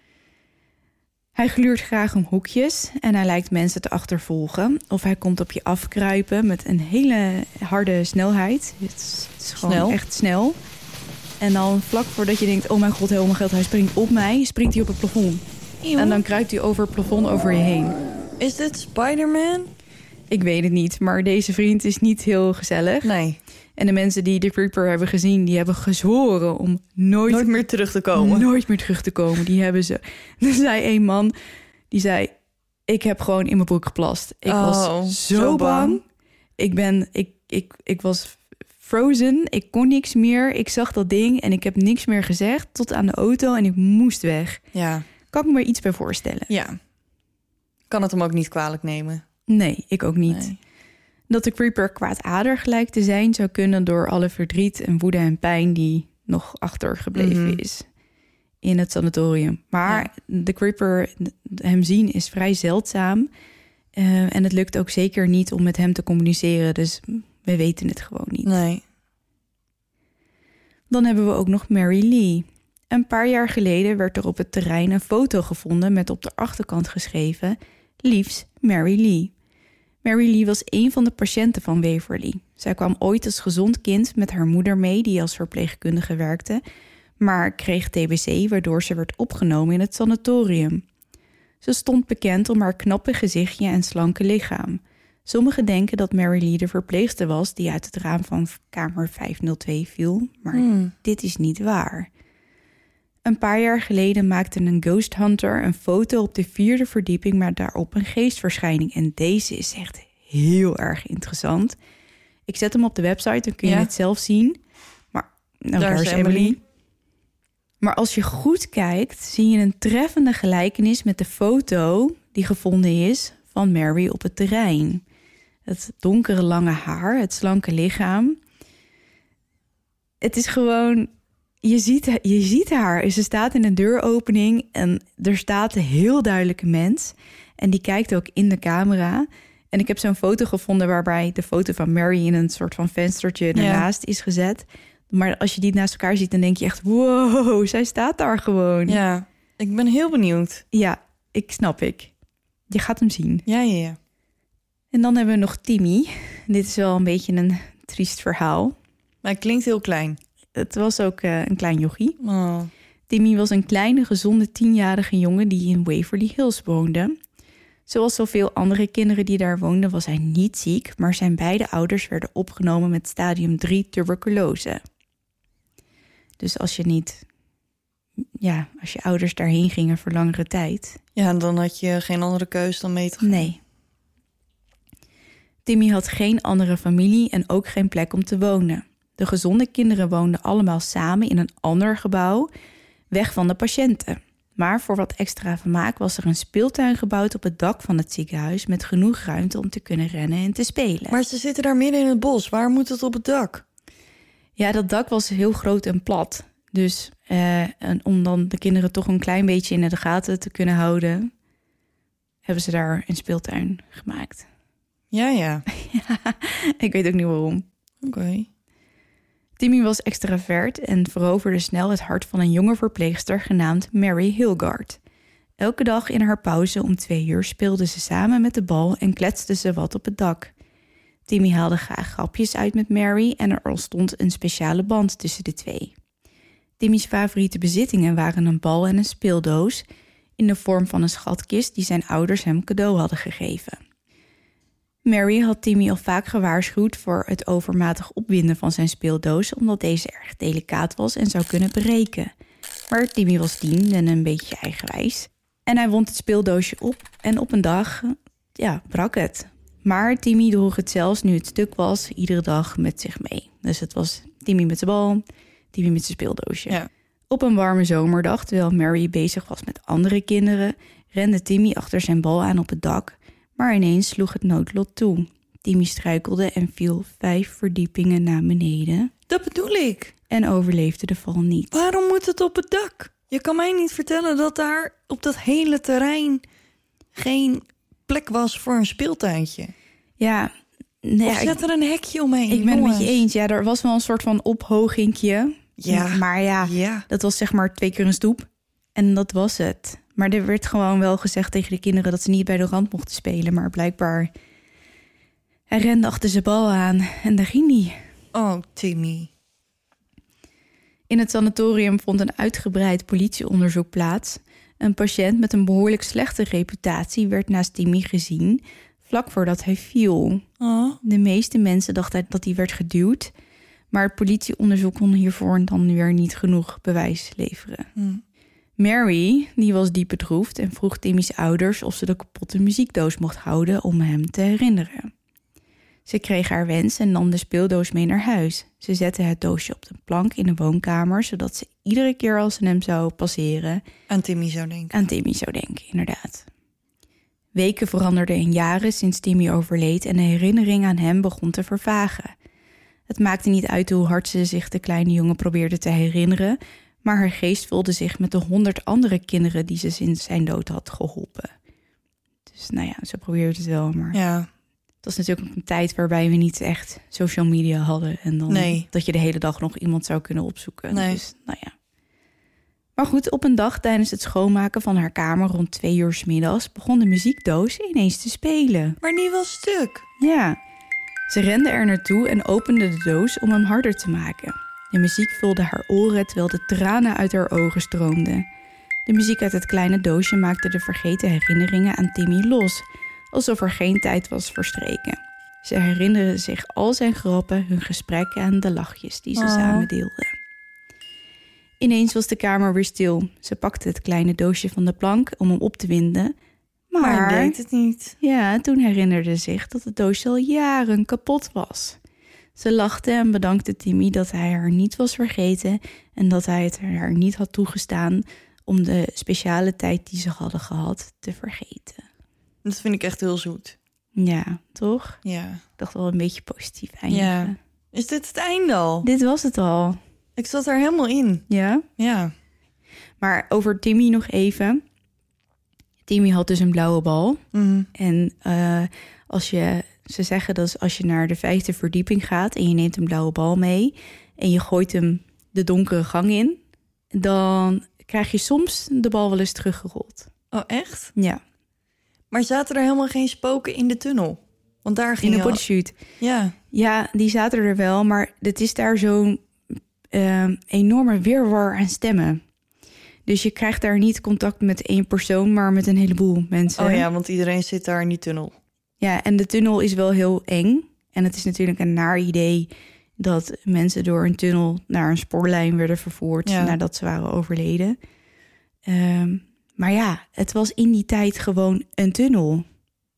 Hij gluurt graag om hoekjes en hij lijkt mensen te achtervolgen. Of hij komt op je afkruipen met een hele harde snelheid. Het is, het is gewoon Snel. echt snel. En dan vlak voordat je denkt, oh mijn god, helemaal geld, hij springt op mij, springt hij op het plafond. Eeuw. En dan kruipt hij over het plafond over je heen. Is dit Spider-Man? Ik weet het niet, maar deze vriend is niet heel gezellig. Nee. En de mensen die de creeper hebben gezien, die hebben gezworen om nooit, Nooit meer terug te komen. nooit meer terug te komen. Die hebben ze. Er zei een man, die zei, ik heb gewoon in mijn broek geplast. Ik Oh, was zo, zo bang. bang. Ik ben, ik, ik, ik was frozen. Ik kon niks meer. Ik zag dat ding en ik heb niks meer gezegd tot aan de auto en ik moest weg. Ja. Kan ik me er iets bij voorstellen? Ja. Kan het hem ook niet kwalijk nemen. Nee, ik ook niet. Nee. Dat de creeper kwaadaardig lijkt te zijn zou kunnen door alle verdriet en woede en pijn die nog achtergebleven Mhm. is in het sanatorium. Maar de creeper, hem zien is vrij zeldzaam. Uh, en het lukt ook zeker niet om met hem te communiceren. Dus we weten het gewoon niet. Nee. Dan hebben we ook nog Mary Lee. Een paar jaar geleden werd er op het terrein een foto gevonden met op de achterkant geschreven: Liefs Mary Lee. Mary Lee was een van de patiënten van Waverly. Zij kwam ooit als gezond kind met haar moeder mee, die als verpleegkundige werkte, maar kreeg T B C, waardoor ze werd opgenomen in het sanatorium. Ze stond bekend om haar knappe gezichtje en slanke lichaam. Sommigen denken dat Mary Lee de verpleegster was die uit het raam van kamer vijfhonderdtwee viel, maar Hmm. dit is niet waar. Een paar jaar geleden maakte een ghost hunter een foto op de vierde verdieping met daarop een geestverschijning. En deze is echt heel erg interessant. Ik zet hem op de website, dan kun je Ja. het zelf zien. Maar nou, daar, is Emily. Maar als je goed kijkt, zie je een treffende gelijkenis met de foto die gevonden is van Mary op het terrein. Het donkere lange haar, het slanke lichaam. Het is gewoon... Je ziet, je ziet haar. Ze staat in een deuropening en er staat een heel duidelijke mens. En die kijkt ook in de camera. En ik heb zo'n foto gevonden waarbij de foto van Mary in een soort van venstertje ernaast is gezet. Maar als je die naast elkaar ziet, dan denk je echt, wow, zij staat daar gewoon. Ja, ik ben heel benieuwd. Ja, ik snap ik. Je gaat hem zien. Ja, ja, ja. En dan hebben we nog Timmy. Dit is wel een beetje een triest verhaal. Maar het klinkt heel klein. Het was ook uh, een klein jochie. Oh. Timmy was een kleine, gezonde tienjarige jongen die in Waverly Hills woonde. Zoals zoveel andere kinderen die daar woonden, was hij niet ziek, maar zijn beide ouders werden opgenomen met stadium drie tuberculose. Dus als je niet, ja, als je ouders daarheen gingen voor langere tijd. Ja, en dan had je geen andere keus dan mee te gaan. Nee, Timmy had geen andere familie en ook geen plek om te wonen. De gezonde kinderen woonden allemaal samen in een ander gebouw, weg van de patiënten. Maar voor wat extra vermaak was er een speeltuin gebouwd op het dak van het ziekenhuis met genoeg ruimte om te kunnen rennen en te spelen. Maar ze zitten daar midden in het bos. Waar moet het op het dak? Ja, dat dak was heel groot en plat. Dus eh, en om dan de kinderen toch een klein beetje in de gaten te kunnen houden, hebben ze daar een speeltuin gemaakt. Ja, ja. Ja, ik weet ook niet waarom. Oké. Okay. Timmy was extravert en veroverde snel het hart van een jonge verpleegster genaamd Mary Hilgard. Elke dag in haar pauze om twee uur speelden ze samen met de bal en kletsten ze wat op het dak. Timmy haalde graag grapjes uit met Mary en er ontstond een speciale band tussen de twee. Timmy's favoriete bezittingen waren een bal en een speeldoos in de vorm van een schatkist die zijn ouders hem cadeau hadden gegeven. Mary had Timmy al vaak gewaarschuwd voor het overmatig opwinden van zijn speeldoos, omdat deze erg delicaat was en zou kunnen breken. Maar Timmy was tien en een beetje eigenwijs. En hij wond het speeldoosje op en op een dag, ja, brak het. Maar Timmy droeg het zelfs, nu het stuk was, iedere dag met zich mee. Dus het was Timmy met zijn bal, Timmy met zijn speeldoosje. Ja. Op een warme zomerdag, terwijl Mary bezig was met andere kinderen, rende Timmy achter zijn bal aan op het dak. Maar ineens sloeg het noodlot toe. Timmy struikelde en viel vijf verdiepingen naar beneden. Dat bedoel ik. En overleefde de val niet. Waarom moet het op het dak? Je kan mij niet vertellen dat daar op dat hele terrein geen plek was voor een speeltuintje. Ja, nee, of zet er een hekje omheen. Ik ben jongens. het met je eens. Ja, er was wel een soort van ophogingje. Ja. Maar ja, ja, dat was zeg maar twee keer een stoep. En dat was het. Maar er werd gewoon wel gezegd tegen de kinderen dat ze niet bij de rand mochten spelen. Maar blijkbaar, hij rende achter zijn bal aan en daar ging hij. Oh, Timmy. In het sanatorium vond een uitgebreid politieonderzoek plaats. Een patiënt met een behoorlijk slechte reputatie werd naast Timmy gezien, vlak voordat hij viel. Oh. De meeste mensen dachten dat hij werd geduwd, maar het politieonderzoek kon hiervoor dan weer niet genoeg bewijs leveren. Hm. Mary, die was diep bedroefd en vroeg Timmy's ouders of ze de kapotte muziekdoos mocht houden om hem te herinneren. Ze kreeg haar wens en nam de speeldoos mee naar huis. Ze zette het doosje op de plank in de woonkamer, zodat ze iedere keer als ze hem zou passeren aan Timmy zou denken. Aan Timmy zou denken, inderdaad. Weken veranderden in jaren sinds Timmy overleed en de herinnering aan hem begon te vervagen. Het maakte niet uit hoe hard ze zich de kleine jongen probeerde te herinneren, maar haar geest vulde zich met de honderd andere kinderen die ze sinds zijn dood had geholpen. Dus nou ja, ze probeerde het wel, maar Ja. het was natuurlijk ook een tijd waarbij we niet echt social media hadden en dan Nee. dat je de hele dag nog iemand zou kunnen opzoeken. Nee. Dus nou ja. Maar goed, op een dag tijdens het schoonmaken van haar kamer rond twee uur 's middags begon de muziekdoos ineens te spelen. Maar die was stuk. Ja, ze rende er naartoe en opende de doos om hem harder te maken. De muziek vulde haar oren terwijl de tranen uit haar ogen stroomden. De muziek uit het kleine doosje maakte de vergeten herinneringen aan Timmy los, alsof er geen tijd was verstreken. Ze herinnerde zich al zijn grappen, hun gesprekken en de lachjes die ze Oh. samen deelden. Ineens was de kamer weer stil. Ze pakte het kleine doosje van de plank om hem op te winden. Maar, Maar hij deed het niet. ja, toen herinnerde ze zich dat het doosje al jaren kapot was. Ze lachte en bedankte Timmy dat hij haar niet was vergeten en dat hij het haar niet had toegestaan om de speciale tijd die ze hadden gehad te vergeten. Dat vind ik echt heel zoet. Ja, toch? Ja. Ik dacht wel een beetje positief eindigen. Ja. Is dit het einde al? Dit was het al. Ik zat er helemaal in. Ja? Ja. Maar over Timmy nog even. Timmy had dus een blauwe bal. Mm. En uh, als je, ze zeggen dat als je naar de vijfde verdieping gaat en je neemt een blauwe bal mee en je gooit hem de donkere gang in, dan krijg je soms de bal wel eens teruggerold. Oh, echt? Ja. Maar zaten er helemaal geen spoken in de tunnel? Want daar ging In de je al- bodysuit. Ja. Ja, die zaten er wel, maar het is daar zo'n uh, enorme wirwar aan stemmen. Dus je krijgt daar niet contact met één persoon, maar met een heleboel mensen. Oh ja, want iedereen zit daar in die tunnel. Ja, en de tunnel is wel heel eng. En het is natuurlijk een naar idee dat mensen door een tunnel naar een spoorlijn werden vervoerd Ja. nadat ze waren overleden. Um, maar ja, het was in die tijd gewoon een tunnel.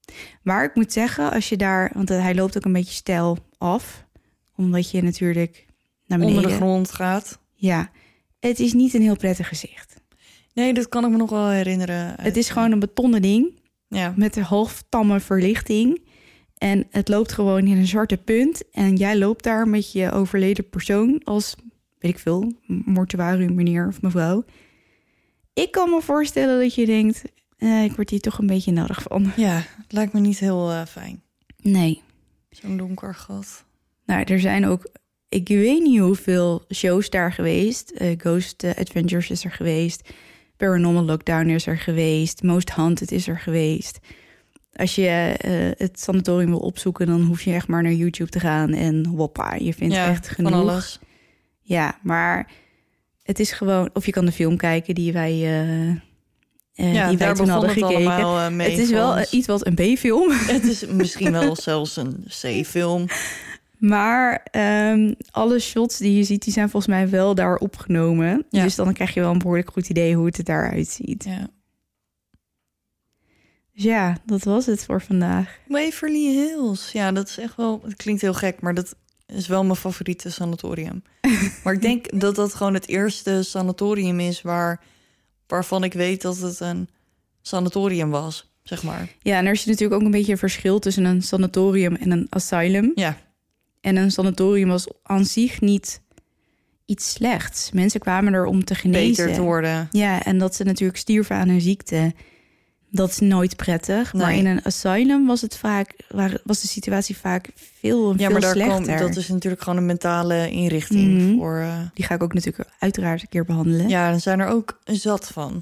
Maar ik moet zeggen, als je daar... Want hij loopt ook een beetje steil af. Omdat je natuurlijk naar beneden... Onder de grond gaat. Ja, het is niet een heel prettig gezicht. Nee, dat kan ik me nog wel herinneren. Uit... Het is gewoon een betonnen ding. Ja. Met een halftamme verlichting. En het loopt gewoon in een zwarte punt. En jij loopt daar met je overleden persoon als, weet ik veel, mortuarium meneer of mevrouw. Ik kan me voorstellen dat je denkt, eh, ik word hier toch een beetje nodig van. Ja, het lijkt me niet heel uh, fijn. Nee. Zo'n donker gat. Nou, er zijn ook, ik weet niet hoeveel shows daar geweest. Uh, Ghost Adventures is er geweest. Paranormal Lockdown is er geweest. Most Haunted is er geweest. Als je uh, het sanatorium wil opzoeken, dan hoef je echt maar naar YouTube te gaan. En woppa, je vindt ja, echt genoeg. Van alles. Ja, maar het is gewoon... Of je kan de film kijken die wij, uh, uh, ja, die wij toen hadden het gekeken. Allemaal, uh, mee het is wel uh, iets wat een B-film. Het is misschien wel zelfs een C-film. Maar um, alle shots die je ziet, die zijn volgens mij wel daar opgenomen. Ja. Dus dan krijg je wel een behoorlijk goed idee hoe het er daaruit ziet. Ja. Dus ja, dat was het voor vandaag. Waverly Hills. Ja, dat is echt wel... Het klinkt heel gek, maar dat is wel mijn favoriete sanatorium. Maar ik denk dat dat gewoon het eerste sanatorium is waar, waarvan ik weet dat het een sanatorium was, zeg maar. Ja, en er is natuurlijk ook een beetje een verschil tussen een sanatorium en een asylum. Ja. En een sanatorium was aan zich niet iets slechts. Mensen kwamen er om te genezen. Beter te worden. Ja, en dat ze natuurlijk stierven aan hun ziekte. Dat is nooit prettig. Nee. Maar in een asylum was het vaak, was de situatie vaak veel, ja, veel maar daar slechter. Kom, dat is natuurlijk gewoon een mentale inrichting. Mm-hmm. voor. Uh... Die ga ik ook natuurlijk uiteraard een keer behandelen. Ja, er zijn er ook zat van.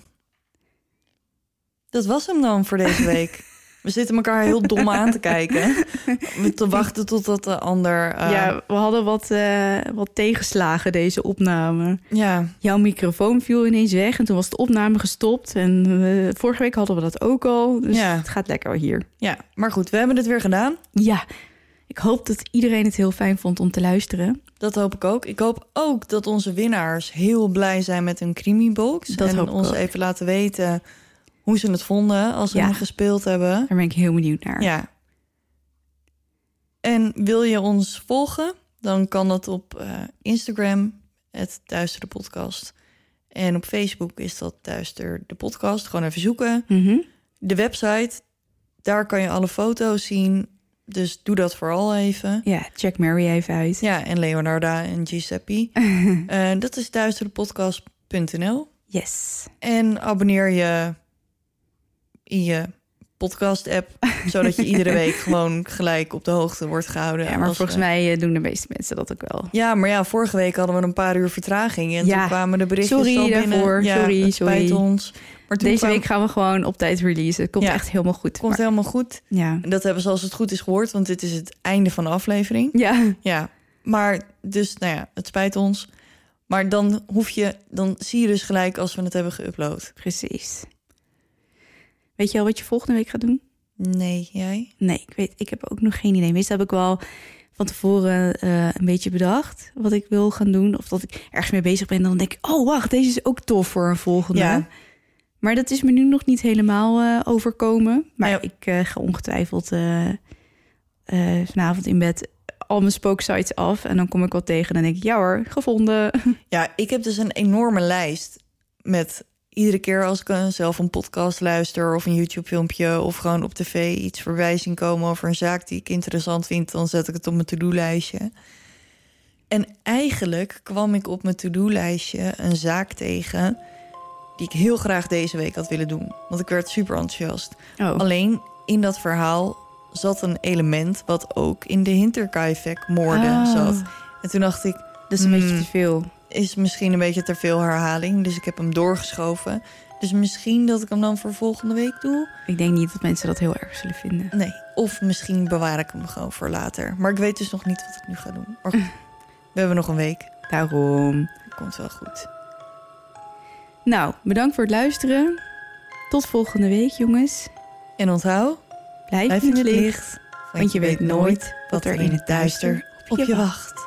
Dat was hem dan voor deze week. We zitten elkaar heel dom aan te kijken. Te wachten totdat de ander... Uh... Ja, we hadden wat, uh, wat tegenslagen deze opname. Ja. Jouw microfoon viel ineens weg en toen was de opname gestopt. En uh, vorige week hadden we dat ook al. Dus ja. het gaat lekker hier. Ja, maar goed, we hebben het weer gedaan. Ja, ik hoop dat iedereen het heel fijn vond om te luisteren. Dat hoop ik ook. Ik hoop ook dat onze winnaars heel blij zijn met hun Crimibox. Dat en hoop ik ons ook. even laten weten hoe ze het vonden als ze Ja. hem gespeeld hebben. Daar ben ik heel benieuwd naar. Ja. En wil je ons volgen? Dan kan dat op uh, Instagram, het Duister de Podcast. En op Facebook is dat Duister de Podcast. Gewoon even zoeken. Mm-hmm. De website, daar kan je alle foto's zien. Dus doe dat vooral even. Ja, check Mary even uit. Ja, en Leonarda en Giuseppe. uh, dat is duisterdepodcast punt n l. Yes. En abonneer je in je podcast-app, zodat je iedere week gewoon gelijk op de hoogte wordt gehouden. Ja, maar Als volgens we... mij doen de meeste mensen dat ook wel. Ja, maar ja, vorige week hadden we een paar uur vertraging. En ja. toen kwamen de berichtjes sorry al binnen. daarvoor. Ja, sorry, het sorry. spijt ons. Maar toen Deze kwam... week gaan we gewoon op tijd releasen. Het komt ja, echt helemaal goed. Komt maar... helemaal goed. Ja. En dat hebben ze als het goed is gehoord, want dit is het einde van de aflevering. Ja. Ja, maar dus, nou ja, het spijt ons. Maar dan hoef je, dan zie je dus gelijk als we het hebben geüpload. Precies. Weet je al wat je volgende week gaat doen? Nee, jij? Nee, ik weet, ik heb ook nog geen idee. Meestal heb ik wel van tevoren uh, een beetje bedacht wat ik wil gaan doen. Of dat ik ergens mee bezig ben. Dan denk ik, oh wacht, deze is ook tof voor een volgende. Ja. Maar dat is me nu nog niet helemaal uh, overkomen. Maar ja. ik uh, ga ongetwijfeld uh, uh, vanavond in bed al mijn spooksites af. En dan kom ik wat tegen en dan denk ik, ja hoor, gevonden. Ja, ik heb dus een enorme lijst met... Iedere keer als ik zelf een podcast luister of een YouTube-filmpje... of gewoon op tv iets voorbij zien komen over een zaak die ik interessant vind... dan zet ik het op mijn to-do-lijstje. En eigenlijk kwam ik op mijn to-do-lijstje een zaak tegen... die ik heel graag deze week had willen doen. Want ik werd super enthousiast. Oh. Alleen in dat verhaal zat een element... wat ook in de Hinterkaifeck-moorden oh. zat. En toen dacht ik... Dat is een hmm, beetje te veel. Is misschien een beetje te veel herhaling. Dus ik heb hem doorgeschoven. Dus misschien dat ik hem dan voor volgende week doe. Ik denk niet dat mensen dat heel erg zullen vinden. Nee, of misschien bewaar ik hem gewoon voor later. Maar ik weet dus nog niet wat ik nu ga doen. Maar goed, we hebben nog een week. Daarom. Komt wel goed. Nou, bedankt voor het luisteren. Tot volgende week, jongens. En onthoud, Blijf, blijf in in het het licht. licht. Want je weet nooit wat er in het duister op je wacht.